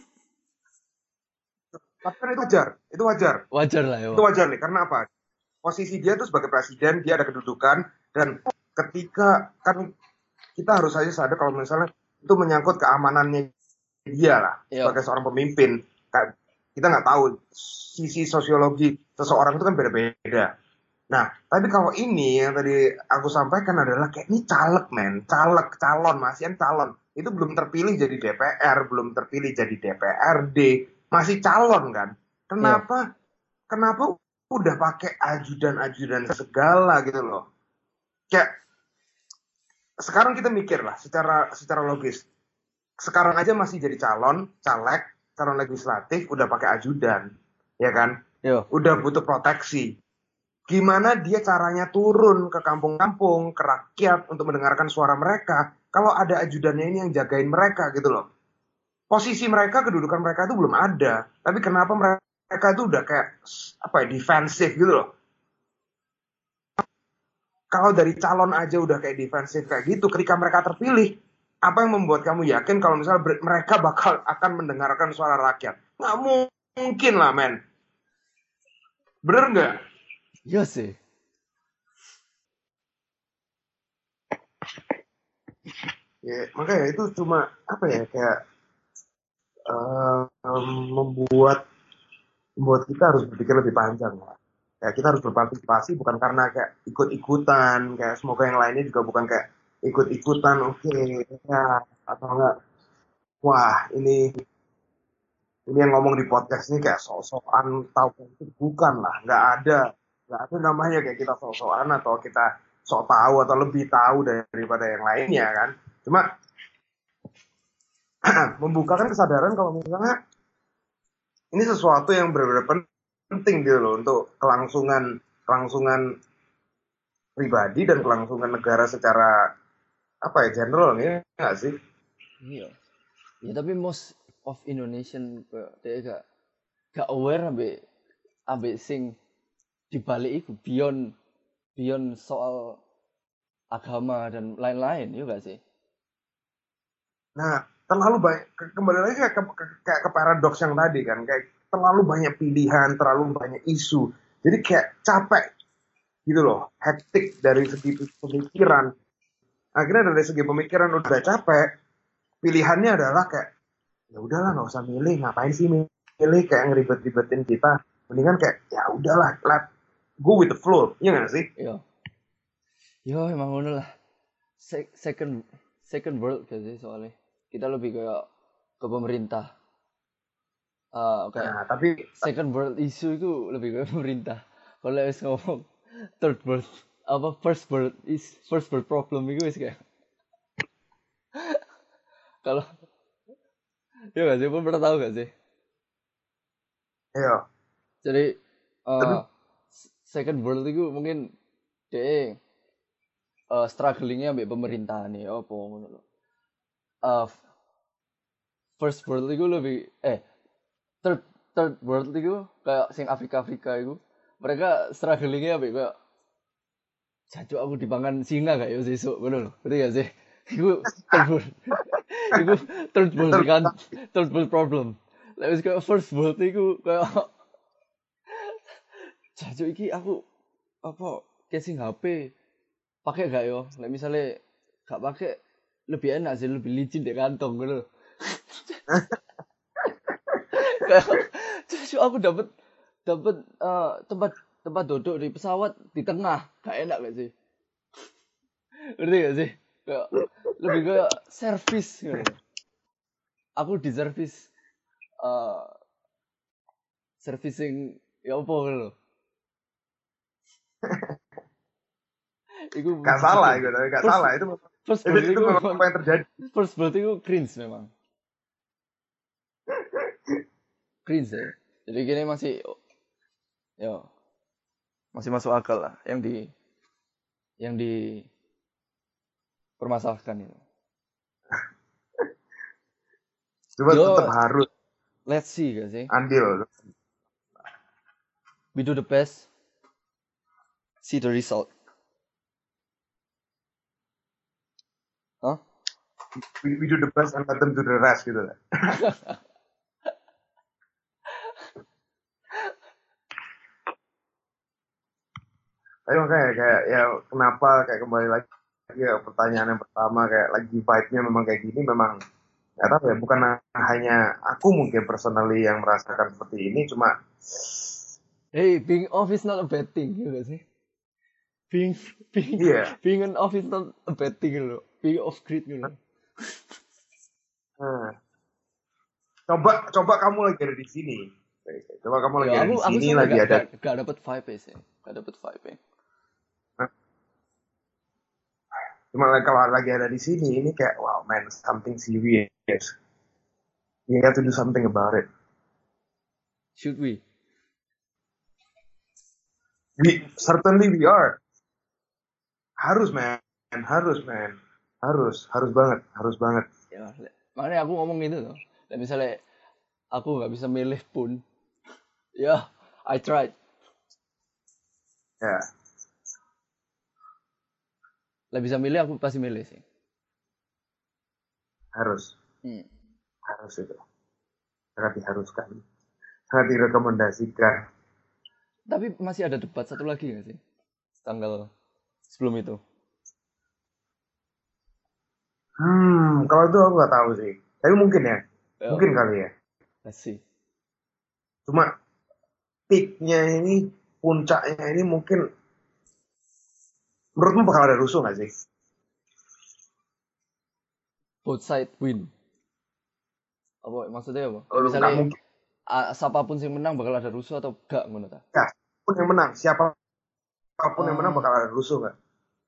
Speaker 1: Tapi kan itu wajar, itu wajar.
Speaker 2: Wajar lah ya.
Speaker 1: Itu wajar nih, karena apa? Posisi dia tuh sebagai presiden, dia ada kedudukan, dan ketika kan kita harus saja sadar kalau misalnya itu menyangkut keamanannya dia lah,
Speaker 2: Yo.
Speaker 1: sebagai seorang pemimpin. Kita nggak tahu sisi sosiologi seseorang itu kan beda-beda. Nah, tapi kalau ini yang tadi aku sampaikan adalah kayak ini caleg men, caleg, calon, masih calon. Itu belum terpilih jadi D P R, belum terpilih jadi D P R D, masih calon kan. Kenapa? Yeah. Kenapa udah pakai ajudan-ajudan segala gitu loh. Kayak sekarang kita mikir lah secara secara logis. Sekarang aja masih jadi calon, caleg, calon legislatif udah pakai ajudan, ya kan?
Speaker 2: Yeah.
Speaker 1: Udah butuh proteksi. Gimana dia caranya turun ke kampung-kampung, ke rakyat untuk mendengarkan suara mereka kalau ada ajudannya ini yang jagain mereka gitu loh. Posisi mereka, kedudukan mereka itu belum ada. Tapi kenapa mereka itu udah kayak apa ya, defensif gitu loh. Kalau dari calon aja udah kayak defensif kayak gitu, ketika mereka terpilih, apa yang membuat kamu yakin kalau misalnya mereka bakal akan mendengarkan suara rakyat? Nggak mungkin lah men. Bener nggak?
Speaker 2: Iya sih.
Speaker 1: Ya, makanya itu cuma apa ya kayak uh, um, membuat membuat kita harus berpikir lebih panjang lah. Ya, kita harus berpartisipasi bukan karena kayak ikut-ikutan, kayak semoga yang lainnya juga bukan kayak ikut-ikutan, oke okay, ya atau enggak. Wah ini ini yang ngomong di podcast ini kayak sok-sokan tahu itu bukan lah, nggak ada nggak ada namanya kayak kita sok-sokan atau kita sok tahu atau lebih tahu daripada yang lainnya kan. Cuma membukakan kesadaran kalau misalnya ini sesuatu yang benar-benar penting gitu loh untuk kelangsungan kelangsungan pribadi dan kelangsungan negara secara apa ya general nih nggak sih?
Speaker 2: Iya. Ya tapi most of Indonesian dia gak gak aware ambe ambe sing dibalik itu beyond beyond soal agama dan lain-lain, ya gak sih?
Speaker 1: Nah, terlalu banyak kembali lagi kayak ke, ke, kayak ke paradoks yang tadi kan, kayak terlalu banyak pilihan, terlalu banyak isu. Jadi kayak capek gitu loh, hektik dari segi pemikiran. Akhirnya dari segi pemikiran udah capek, pilihannya adalah kayak ya udahlah nggak usah milih, ngapain sih milih kayak ngeribet-ribetin kita. Mendingan kayak ya udahlah, let go with the flow, iya nggak sih?
Speaker 2: Iya. Yo emang ngono lah. Se- second second world gak sih soalnya. Kita lebih kayak ke pemerintah. Uh, kayak
Speaker 1: Nah, tapi
Speaker 2: second world issue itu lebih kayak pemerintah. Kalau wis ngomong third world apa first world is first world problem itu wis kayak kalau ya gak sih, pernah tahu gak sih?
Speaker 1: Iya.
Speaker 2: Jadi uh,
Speaker 1: Tapi,
Speaker 2: second world itu mungkin deh uh, strugglingnya ambil pemerintahan nih apa ngono lho. Uh, first world itu lebih eh third third world itu kayak sing Afrika Afrika itu mereka strugglingnya ambil kayak jancuk aku dipangan singa gak ya sesuk ngono lho. Ngerti gak sih? Iku third world. Iku third world kan third world problem. Lah wis kayak first world iku kayak jancuk iki aku apa casing H P pakai gak yo? Nek misalnya gak pakai lebih enak sih, lebih licin di kantong gitu. Kayak jancuk aku dapat dapat uh, tempat tempat duduk di pesawat di tengah, gak enak gak sih? Ngerti gak sih? Kayak lebih kayak service gitu. Aku di service uh, servicing ya apa gitu. Iku
Speaker 1: gak salah gitu, gak
Speaker 2: first,
Speaker 1: salah itu
Speaker 2: first
Speaker 1: itu, itu memang apa yang terjadi.
Speaker 2: First bird itu cringe memang. cringe ya. Jadi gini masih ya masih masuk akal lah yang di yang di permasalahkan itu.
Speaker 1: Cuma
Speaker 2: Yo,
Speaker 1: tetap harus
Speaker 2: let's see gak sih?
Speaker 1: andil.
Speaker 2: We do the best. See the result. Hah?
Speaker 1: We, we do the best and let them do the rest gitu lah. Tapi makanya kayak ya kenapa kayak kembali lagi ya pertanyaan yang pertama kayak lagi vibe-nya memang kayak gini memang nggak tahu ya, bukan hanya aku mungkin personally yang merasakan seperti ini, cuma
Speaker 2: Hey, being off is not a bad thing, gitu gak sih? Being being
Speaker 1: iya.
Speaker 2: being an off is not a bad thing gitu loh. Being off grid gitu loh.
Speaker 1: Hmm. Coba coba kamu lagi ada di sini. Coba kamu lagi
Speaker 2: Ya,
Speaker 1: ada
Speaker 2: aku
Speaker 1: di
Speaker 2: aku
Speaker 1: sini
Speaker 2: sebenarnya
Speaker 1: lagi
Speaker 2: gak,
Speaker 1: ada.
Speaker 2: gak, gak dapet vibe sih. Gak dapet vibe ya.
Speaker 1: Cuma kalau lagi ada di sini ini kayak wow man, something serious. You have to do something about it.
Speaker 2: Should we?
Speaker 1: We certainly we are. Harus man, harus man, harus, harus banget, harus banget.
Speaker 2: Ya, le- makanya aku ngomong gitu tuh. Dan misalnya aku nggak bisa milih pun, ya, I tried.
Speaker 1: Ya,
Speaker 2: Lah bisa milih aku pasti milih sih.
Speaker 1: harus,
Speaker 2: Hmm.
Speaker 1: harus itu. Sangat diharuskan, sangat direkomendasikan.
Speaker 2: Tapi masih ada debat satu lagi nggak sih? Tanggal sebelum itu.
Speaker 1: Hmm, kalau itu aku nggak tahu sih. Tapi mungkin ya,
Speaker 2: Ya,
Speaker 1: mungkin kali ya.
Speaker 2: let's see.
Speaker 1: Cuma peak-nya ini, puncaknya ini mungkin menurutmu bakal ada rusuh nggak sih?
Speaker 2: Both side win. Apa maksudnya apa?
Speaker 1: Oh,
Speaker 2: Misalnya
Speaker 1: nggak mungkin.
Speaker 2: ah, siapapun yang menang bakal ada rusuh atau enggak menurut ta?
Speaker 1: Ya, siapapun yang menang, siapapun yang menang
Speaker 2: Ah,
Speaker 1: bakal ada rusuh nggak?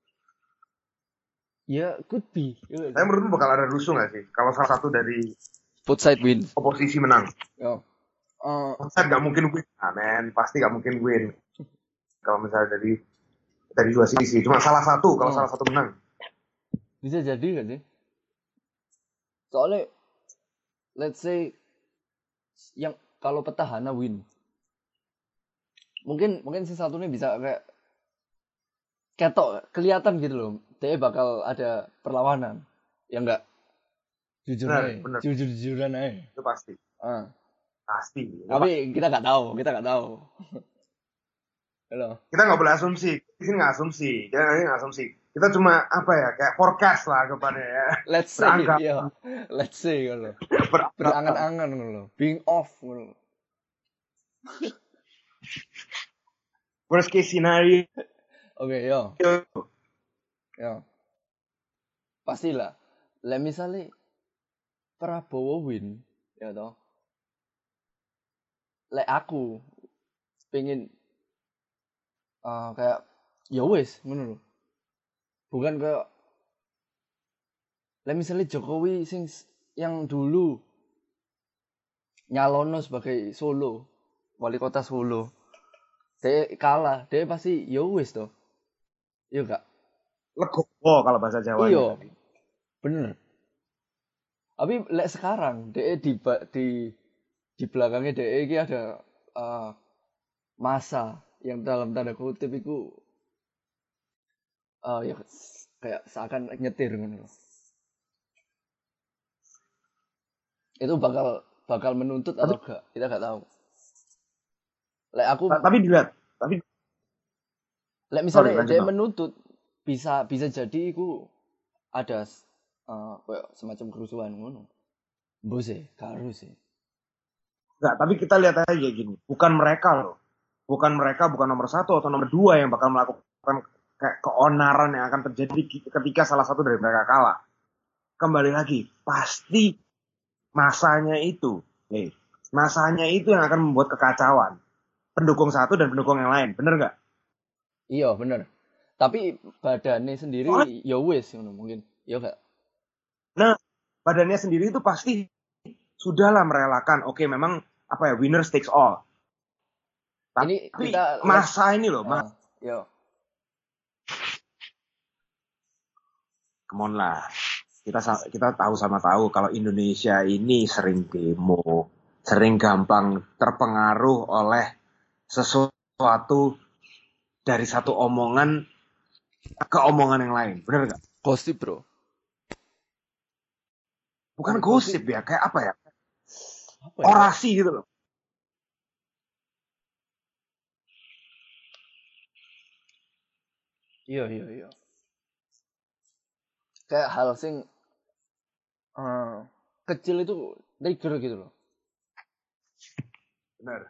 Speaker 2: ya could be. Ya nggak
Speaker 1: Tapi
Speaker 2: sih?
Speaker 1: menurutmu bakal ada rusuh nggak sih? Kalau salah satu dari
Speaker 2: Both side win.
Speaker 1: oposisi menang,
Speaker 2: Ya. Ah,
Speaker 1: Offside nggak mungkin win, nah, men, pasti nggak mungkin win. Kalau misalnya dari dari dua sisi, cuma salah satu, kalau
Speaker 2: ah.
Speaker 1: salah satu menang.
Speaker 2: Bisa jadi nggak sih? Soalnya let's say yang kalau petahana win, mungkin mungkin si satu ini bisa kayak ketok kelihatan gitu loh, dia bakal ada perlawanan, ya enggak? Jujur
Speaker 1: Benar,
Speaker 2: aja,
Speaker 1: benar.
Speaker 2: jujur jujuran aja.
Speaker 1: Itu pasti,
Speaker 2: Ah.
Speaker 1: pasti. Ya,
Speaker 2: Tapi kita nggak tahu, kita nggak tahu. Halo.
Speaker 1: kita nggak boleh asumsi, di sini nggak asumsi, kita nggak asumsi. Kita cuma apa ya, kayak forecast lah kepada ya.
Speaker 2: Let's say,
Speaker 1: Berangkat.
Speaker 2: iya, let's say kalau
Speaker 1: Berangkat.
Speaker 2: berangan-angan kalau being off kalau.
Speaker 1: Worst case scenario.
Speaker 2: Oke, yo, yo, pastilah. Lah misalnya Prabowo win, ya toh. Lek aku pengen uh, kayak ya wes ngono lho. Bukan kayak lek misalnya Jokowi sing s- yang dulu nyalono sebagai Solo, wali kota Solo. Dia kalah, dia pasti ya wes toh. Iya gak?
Speaker 1: Legowo kalau bahasa Jawa.
Speaker 2: Iya. Bener. Tapi lek sekarang dia di ba- di di belakangnya dia ini ada uh, masa yang dalam tanda kutip itu uh, ya kayak seakan nyetir gitu. Itu bakal bakal menuntut atau
Speaker 1: Tapi,
Speaker 2: enggak? Kita nggak tahu. Lek aku
Speaker 1: tapi dilihat, tapi
Speaker 2: lek
Speaker 1: sorry,
Speaker 2: misalnya
Speaker 1: lanjut
Speaker 2: dia
Speaker 1: no.
Speaker 2: menuntut bisa bisa jadi itu ada uh, kayak semacam kerusuhan ngono. Mbok sih, gak harus sih.
Speaker 1: Enggak, tapi kita lihat aja gini, bukan mereka loh. Bukan mereka, bukan nomor satu atau nomor dua yang bakal melakukan kayak keonaran yang akan terjadi ketika salah satu dari mereka kalah. Kembali lagi, pasti masanya itu, nih, masanya itu yang akan membuat kekacauan. Pendukung satu dan pendukung yang lain, bener nggak?
Speaker 2: Iya, bener. Tapi badannya sendiri
Speaker 1: Soalnya,
Speaker 2: ya wis ngono mungkin. Ya enggak?
Speaker 1: nah, badannya sendiri itu pasti sudahlah merelakan. Oke, memang apa ya winner takes all.
Speaker 2: Ini
Speaker 1: Tapi
Speaker 2: kita
Speaker 1: masa ini loh,
Speaker 2: Ah,
Speaker 1: mas,
Speaker 2: yo.
Speaker 1: come on lah. Kita sa- kita tahu sama tahu kalau Indonesia ini sering demo, sering gampang terpengaruh oleh sesuatu dari satu omongan ke omongan yang lain, bener nggak?
Speaker 2: Gosip, Bro.
Speaker 1: Bukan
Speaker 2: Gosip.
Speaker 1: gosip ya, kayak apa ya?
Speaker 2: Apa ya?
Speaker 1: Orasi gitu loh.
Speaker 2: Iya, iya, iya. Kayak hal sing eh, kecil itu trigger gitu loh.
Speaker 1: Bener.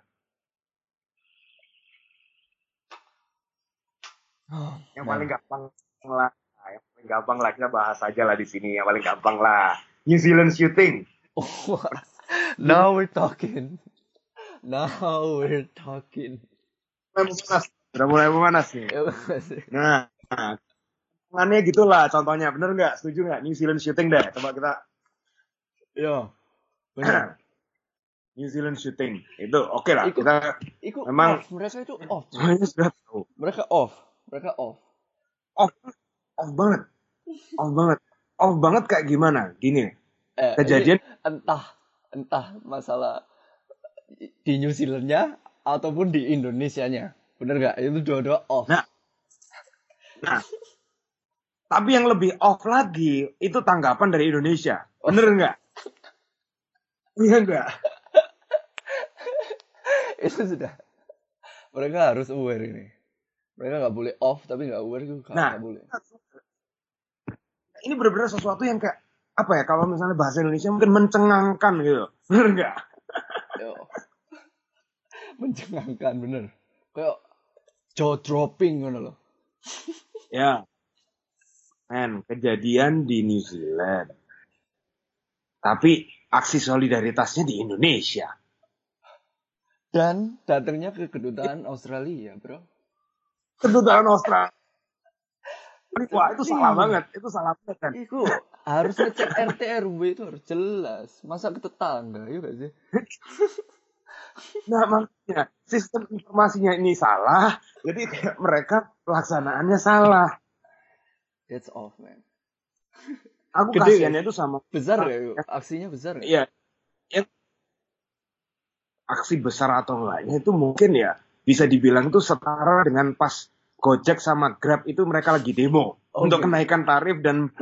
Speaker 1: Yang
Speaker 2: Man.
Speaker 1: paling gampang lah, yang paling gampang lah kita bahas aja lah di sini. Yang paling gampang lah, New Zealand shooting.
Speaker 2: Oh, now we're talking. Now we're talking.
Speaker 1: Mulai memanas, udah mulai memanas nih.
Speaker 2: Ya, masih.
Speaker 1: Nah, nah tangannya gitulah contohnya, bener nggak? Setuju nggak? New Zealand shooting deh, coba kita.
Speaker 2: Yo, benar.
Speaker 1: New Zealand shooting itu oke okay lah.
Speaker 2: Iku,
Speaker 1: kita
Speaker 2: iku
Speaker 1: memang
Speaker 2: off. Mereka itu off. Bro.
Speaker 1: semuanya sudah tahu.
Speaker 2: Mereka off. Mereka off.
Speaker 1: Off, off banget, off banget, off banget kayak gimana? Gini,
Speaker 2: Eh,
Speaker 1: kejadian
Speaker 2: ini entah entah masalah di New Zealand-nya ataupun di Indonesia-nya. Bener nggak? Itu dua-dua off.
Speaker 1: Nah, nah, tapi yang lebih off lagi itu tanggapan dari Indonesia. Bener nggak? Iya nggak?
Speaker 2: Itu sudah. Mereka harus aware ini. Mereka nggak boleh off tapi nggak aware juga
Speaker 1: Nah,
Speaker 2: nggak boleh.
Speaker 1: ini benar-benar sesuatu yang kayak apa ya? Kalau misalnya bahasa Indonesia mungkin mencengangkan gitu, bener nggak?
Speaker 2: Yo. Mencengangkan bener. Kayak jaw dropping gitu loh.
Speaker 1: Ya, men, kejadian di New Zealand. Tapi aksi solidaritasnya di Indonesia.
Speaker 2: Dan datangnya ke kedutaan Australia, bro.
Speaker 1: Kedutaan Australia. Wah, itu salah banget. Itu salah banget kan.
Speaker 2: Iku harus ngecek R T R W itu harus jelas. Masa ke tetangga, ya gak sih?
Speaker 1: Nah, makanya sistem informasinya ini salah. Jadi kayak mereka pelaksanaannya salah.
Speaker 2: It's off, man.
Speaker 1: Aku
Speaker 2: Gede,
Speaker 1: kasihannya itu sama.
Speaker 2: Besar gak yuk? Aksinya besar gak?
Speaker 1: Iya. Ya, aksi besar atau enggaknya itu mungkin ya bisa dibilang itu setara dengan pas Gojek sama Grab itu mereka lagi demo
Speaker 2: Okay.
Speaker 1: untuk kenaikan tarif dan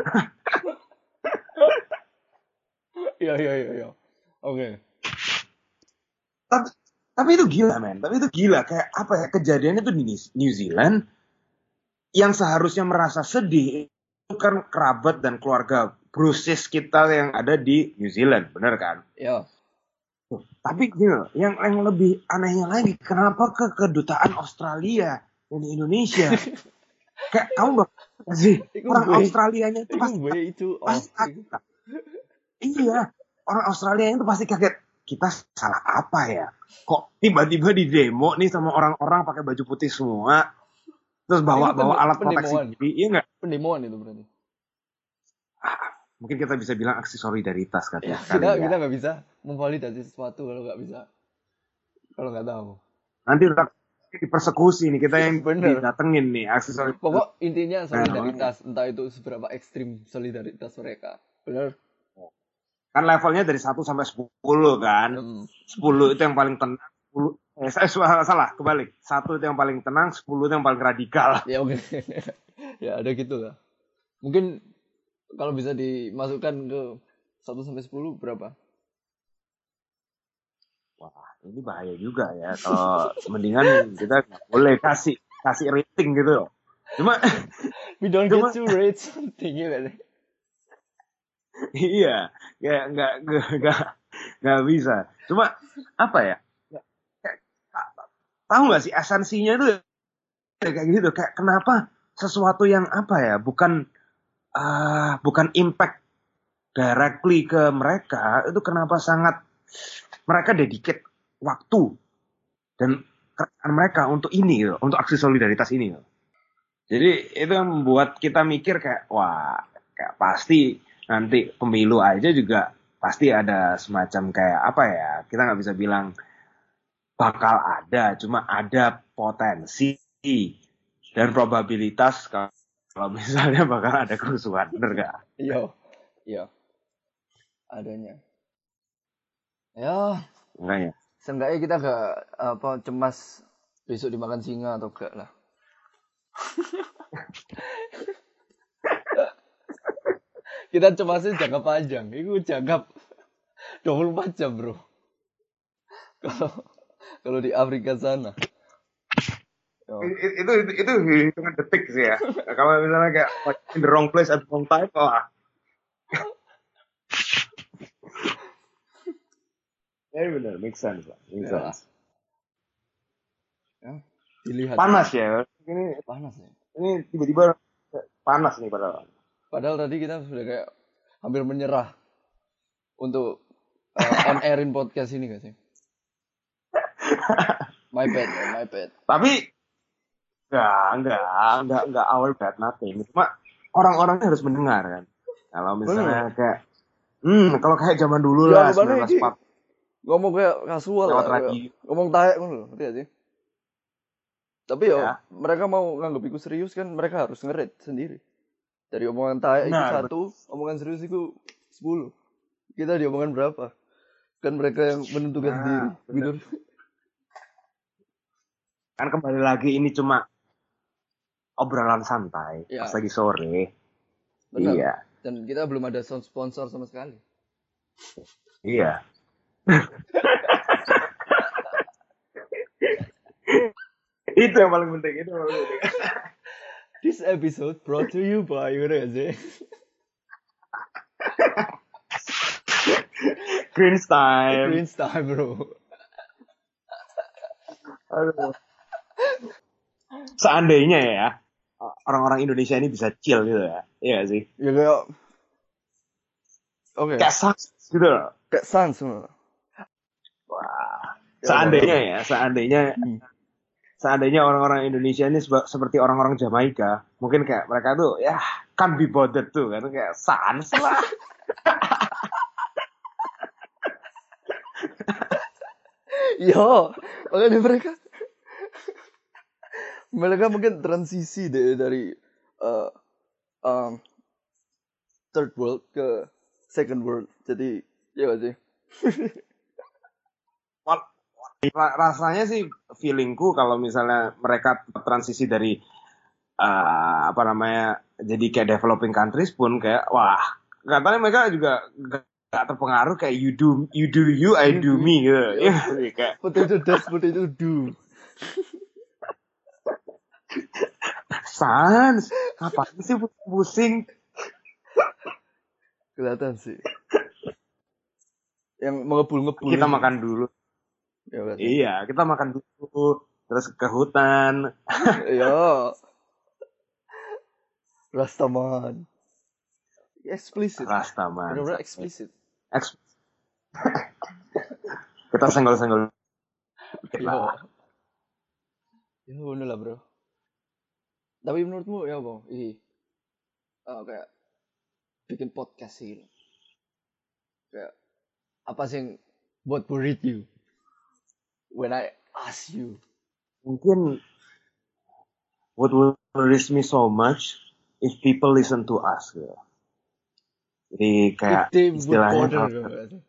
Speaker 2: Iya, iya, iya, iya. Oke.
Speaker 1: tapi, tapi itu gila men, tapi itu gila kayak apa ya kejadiannya itu di New Zealand yang seharusnya merasa sedih itu kan kerabat dan keluarga Brusis kita yang ada di New Zealand, bener kan?
Speaker 2: Iya.
Speaker 1: Tapi gini loh, yang yang lebih anehnya lagi, kenapa ke kedutaan Australia yang di Indonesia? Kayak kamu nggak sih
Speaker 2: Iku
Speaker 1: orang
Speaker 2: way-
Speaker 1: Australianya itu
Speaker 2: Itu
Speaker 1: pasti
Speaker 2: way itu
Speaker 1: pasti
Speaker 2: off.
Speaker 1: kaget. Iya, orang Australia itu pasti kaget. Kita salah apa ya? Kok tiba-tiba di demo nih sama orang-orang pakai baju putih semua, terus bawa
Speaker 2: Itu
Speaker 1: bawa
Speaker 2: pende-
Speaker 1: alat proteksi
Speaker 2: pendemoan.
Speaker 1: diri, iya nggak?
Speaker 2: Pendemoan itu berarti.
Speaker 1: Mungkin kita bisa bilang aksi solidaritas kan?
Speaker 2: Ya,
Speaker 1: kali
Speaker 2: kita
Speaker 1: ya.
Speaker 2: kita nggak bisa memvalidasi sesuatu kalau nggak bisa. Kalau nggak tahu.
Speaker 1: Nanti udah dipersekusi nih kita yang
Speaker 2: Bener.
Speaker 1: didatengin nih aksi solidaritas.
Speaker 2: Pokok intinya solidaritas, entah itu seberapa ekstrim solidaritas mereka. Bener?
Speaker 1: Kan levelnya dari satu sampai sepuluh kan.
Speaker 2: Hmm.
Speaker 1: sepuluh itu yang paling tenang, sepuluh eh saya salah, salah kebalik. satu itu yang paling tenang, sepuluh itu yang paling radikal.
Speaker 2: Ya oke. Ya ada gitu lah. Mungkin kalau bisa dimasukkan ke satu sampai sepuluh berapa?
Speaker 1: Wah, ini bahaya juga ya kalau mendingan kita nggak boleh kasih kasih rating gitu. Cuma
Speaker 2: We don't
Speaker 1: Cuma-
Speaker 2: get to rate something ya kan?
Speaker 1: iya, kayak nggak nggak nggak nggak bisa. Cuma apa ya? Kayak, tahu nggak sih esensinya itu kayak gitu. Kayak kenapa sesuatu yang apa ya? Bukan ah bukan impact directly ke mereka itu kenapa sangat mereka dedicate waktu dan kerjaan mereka untuk ini gitu, untuk aksi solidaritas ini gitu. Jadi itu yang membuat kita mikir kayak wah kayak pasti nanti pemilu aja juga pasti ada semacam kayak apa ya kita nggak bisa bilang bakal ada, cuma ada potensi dan probabilitas kalau misalnya bakal ada kerusuhan, bener gak?
Speaker 2: Iya, iya, adanya. Ya,
Speaker 1: Enggak ya?
Speaker 2: seenggaknya kita gak apa cemas besok dimakan singa atau enggak lah. Kita cemasnya jangka panjang, itu jangka dua puluh empat jam bro. Kalau kalau di Afrika sana. Oh.
Speaker 1: Itu, itu itu itu hitungan detik sih ya. Kalau misalnya kayak in the wrong place at the wrong time, wah. Ya benar, make sense lah, make
Speaker 2: Ya.
Speaker 1: sense.
Speaker 2: Ya, dilihat.
Speaker 1: Panas ya, ini
Speaker 2: Panas ya.
Speaker 1: ini tiba-tiba panas nih padahal.
Speaker 2: Padahal tadi kita sudah kayak hampir menyerah untuk uh, on airin podcast ini gak sih? My bad, man, my bad.
Speaker 1: Tapi enggak, enggak, enggak, enggak our bad nothing. Cuma orang-orangnya harus mendengar kan. Kalau misalnya
Speaker 2: Bener.
Speaker 1: kayak, hmm, kalau kayak zaman dulu
Speaker 2: Ya,
Speaker 1: lah,
Speaker 2: gimana
Speaker 1: sembilan belas
Speaker 2: ini?
Speaker 1: empat
Speaker 2: Ngomong kayak kasual
Speaker 1: lewat
Speaker 2: lah,
Speaker 1: radio.
Speaker 2: kayak ngomong taek kan loh, ngerti gak sih? Tapi yo,
Speaker 1: Ya.
Speaker 2: mereka mau nganggep iku serius kan, mereka harus ngerit sendiri. Dari omongan taek itu
Speaker 1: Benar,
Speaker 2: satu, omongan serius itu sepuluh. Kita di omongan berapa? Kan mereka yang menentukan
Speaker 1: Nah,
Speaker 2: sendiri.
Speaker 1: benar.
Speaker 2: Gitu.
Speaker 1: Kan kembali lagi ini cuma obrolan santai,
Speaker 2: Ya.
Speaker 1: pas lagi sore.
Speaker 2: Benar.
Speaker 1: Iya,
Speaker 2: Dan kita belum ada sound sponsor sama sekali.
Speaker 1: iya. Itu yang paling penting, itu yang paling penting.
Speaker 2: This episode brought to you by gitu gak sih?
Speaker 1: Green time.
Speaker 2: Green Star bro.
Speaker 1: Aduh. Seandainya ya, orang-orang Indonesia ini bisa chill gitu ya. Iya gak sih?
Speaker 2: Ya kayak Oke.
Speaker 1: Kayak sans gitu loh.
Speaker 2: Kayak sans semua.
Speaker 1: Wah.
Speaker 2: Ya,
Speaker 1: Seandainya ya, seandainya
Speaker 2: Hmm.
Speaker 1: seandainya orang-orang Indonesia ini seba- seperti orang-orang Jamaika, mungkin kayak mereka tuh ya can't be bothered tuh kan, kayak sans lah.
Speaker 2: Yo, makanya mereka mereka mungkin transisi deh dari uh, um, third world ke second world. Jadi ya gak sih?
Speaker 1: Wal- ra- rasanya sih feelingku kalau misalnya mereka transisi dari uh, apa namanya jadi kayak developing countries pun kayak wah katanya mereka juga gak, gak terpengaruh kayak you do you do you I
Speaker 2: You
Speaker 1: do
Speaker 2: do-
Speaker 1: me gitu.
Speaker 2: Ya.
Speaker 1: Iya, kayak
Speaker 2: Potato does, potato do.
Speaker 1: sans ngapain sih pusing.
Speaker 2: Kelihatan sih. Yang mengebul-ngebul.
Speaker 1: Kita
Speaker 2: itu.
Speaker 1: makan dulu.
Speaker 2: Ya gak sih?
Speaker 1: Iya, kita makan dulu terus ke hutan.
Speaker 2: Ya. Rastaman. Explicit.
Speaker 1: Rastaman.
Speaker 2: Benar-benar explicit.
Speaker 1: Eks- kita senggol-senggol dikit
Speaker 2: Ya.
Speaker 1: lah.
Speaker 2: Ya bener lah bro. Tapi menurutmu ya bang, ini uh, kayak bikin podcast sih. Kayak apa sih yang buat worried you when I ask you?
Speaker 1: Mungkin what worries me so much if people listen to us gitu. Jadi kayak
Speaker 2: If they would
Speaker 1: istilahnya
Speaker 2: bother,
Speaker 1: kalau-
Speaker 2: gitu kan.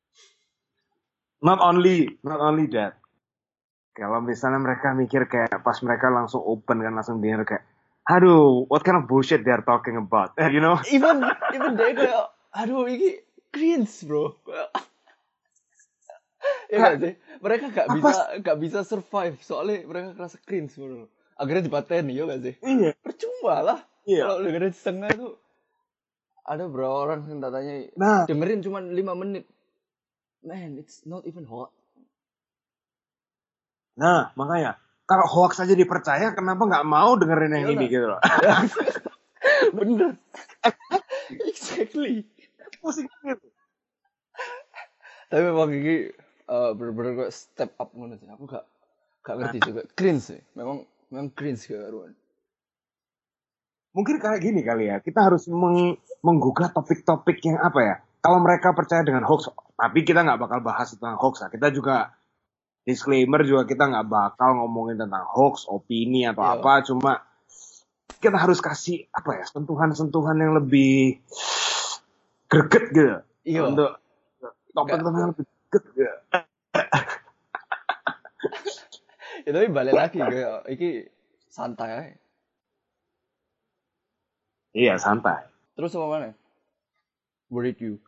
Speaker 1: not only not only that. Kalau misalnya mereka mikir kayak pas mereka langsung open kan langsung denger kayak aduh what kind of bullshit they are talking about, you know?
Speaker 2: Even even dia kayak, aduh ini cringe bro. Ya nggak sih? Mereka gak
Speaker 1: Apa
Speaker 2: bisa gak bisa survive soalnya mereka kerasa cringe bro. Akhirnya dipateni ya nggak sih?
Speaker 1: Iya,
Speaker 2: Percuma lah.
Speaker 1: iya.
Speaker 2: Kalau dengerin setengah itu ada berapa orang yang tanya
Speaker 1: Nah,
Speaker 2: dengerin cuma lima menit. Man, it's not even hot.
Speaker 1: nah makanya kalau hoax aja dipercaya kenapa nggak mau dengerin yang
Speaker 2: Iya
Speaker 1: ini
Speaker 2: lah.
Speaker 1: gitu loh.
Speaker 2: Bener. Exactly.
Speaker 1: Pusing gitu.
Speaker 2: Tapi memang ini uh, bener-bener kayak step up mana sih? Aku gak gak ngerti juga. Cringe sih. Memang memang cringe kayak Ruan.
Speaker 1: Mungkin kayak gini kali ya, kita harus meng- menggugah topik-topik yang apa ya, kalau mereka percaya dengan hoax, tapi kita nggak bakal bahas tentang hoax lah, kita juga disclaimer juga kita nggak bakal ngomongin tentang hoax, opini atau
Speaker 2: Iya.
Speaker 1: apa, cuma kita harus kasih apa ya sentuhan-sentuhan yang lebih greget gitu
Speaker 2: Iya.
Speaker 1: untuk topik
Speaker 2: Nggak.
Speaker 1: tentang lebih greget gitu.
Speaker 2: Ya tapi balik lagi kayak iki santai aja.
Speaker 1: Iya santai.
Speaker 2: Terus apa mana? Worried you.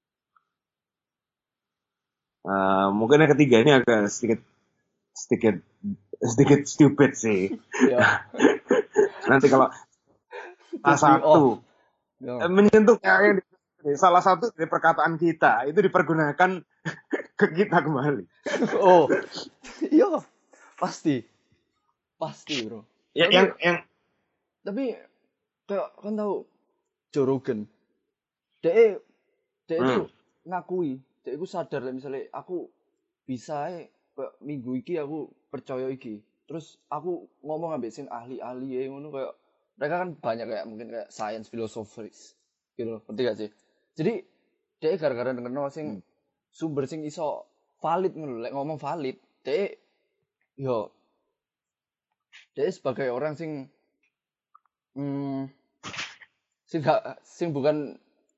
Speaker 1: Eh, mungkin yang ketiga ini agak sedikit sedikit sedikit stupid sih.
Speaker 2: Ya.
Speaker 1: Nanti kalau salah
Speaker 2: Just be
Speaker 1: satu
Speaker 2: off. Ya.
Speaker 1: eh, menyentuh kayak yang di- salah satu dari perkataan kita itu dipergunakan ke kita kembali.
Speaker 2: Oh. Iya. Pasti. Pasti, Bro.
Speaker 1: Ya,
Speaker 2: Tapi-
Speaker 1: yang yang
Speaker 2: Tapi kayak kan tahu Joe Rogan. Dia dia itu
Speaker 1: Hmm.
Speaker 2: ngakui, dia itu sadar lah misalnya aku bisa eh kayak minggu iki aku percaya iki. Terus aku ngomong ambek sing ahli-ahli ya ngono kayak mereka kan banyak kayak mungkin kayak science philosophers gitu loh, ngerti gak sih? Jadi dia gara-gara dengerno sing sumber sing iso valid ngono lho, lek ngomong valid, dia yo dia sebagai orang sing hmm, sing gak, sing bukan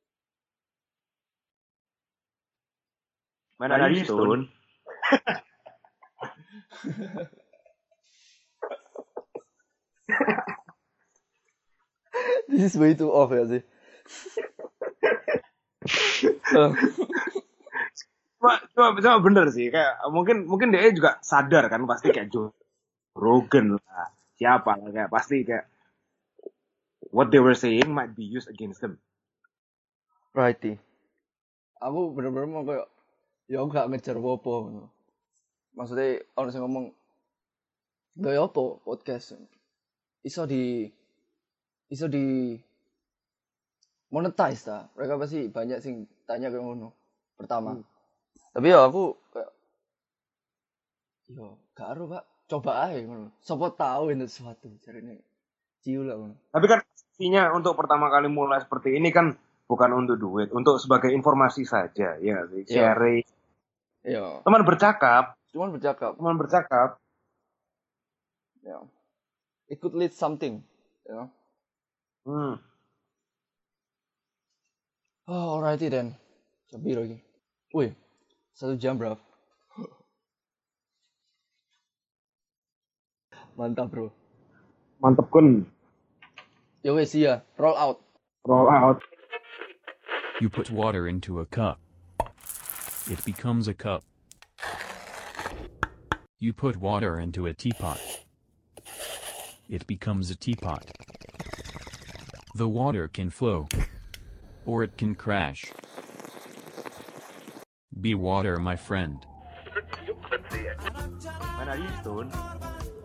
Speaker 1: mana dari Stone.
Speaker 2: this is way too off ya sih. Eh,
Speaker 1: Cuma, cuma, cuma bener sih kayak mungkin mungkin dia juga sadar kan pasti kayak Joe Rogan lah siapa lah kayak pasti kayak what they were saying might be used against them.
Speaker 2: righty. Aku bener-bener mau kayak ya aku gak ngejar apa ngono. Maksudnya orang sing ngomong gak apa podcast iso di iso di monetize ta. Mereka pasti banyak sing tanya kayak ngono. Pertama. Tapi ya aku kayak yo gak aru Pak, coba aja ngono. Sopo tahu itu sesuatu jarine. Ciu lah ngono.
Speaker 1: Tapi kan pastinya untuk pertama kali mulai seperti ini kan bukan untuk duit, untuk sebagai informasi saja ya sih.
Speaker 2: Iya.
Speaker 1: Sharing,
Speaker 2: Iya,
Speaker 1: teman bercakap,
Speaker 2: cuman bercakap.
Speaker 1: teman bercakap.
Speaker 2: Ya. It could lead something, you know.
Speaker 1: Hmm.
Speaker 2: Oh, alrighty then. Coba lagi. Wih, satu jam bro. Mantap bro.
Speaker 1: Mantep kun.
Speaker 2: Ya wes iya, roll out.
Speaker 1: Roll out.
Speaker 3: You put water into a cup. It becomes a cup. You put water into a teapot. It becomes a teapot. The water can flow, or it can crash. Be water, my friend.
Speaker 1: Mana dari Stone.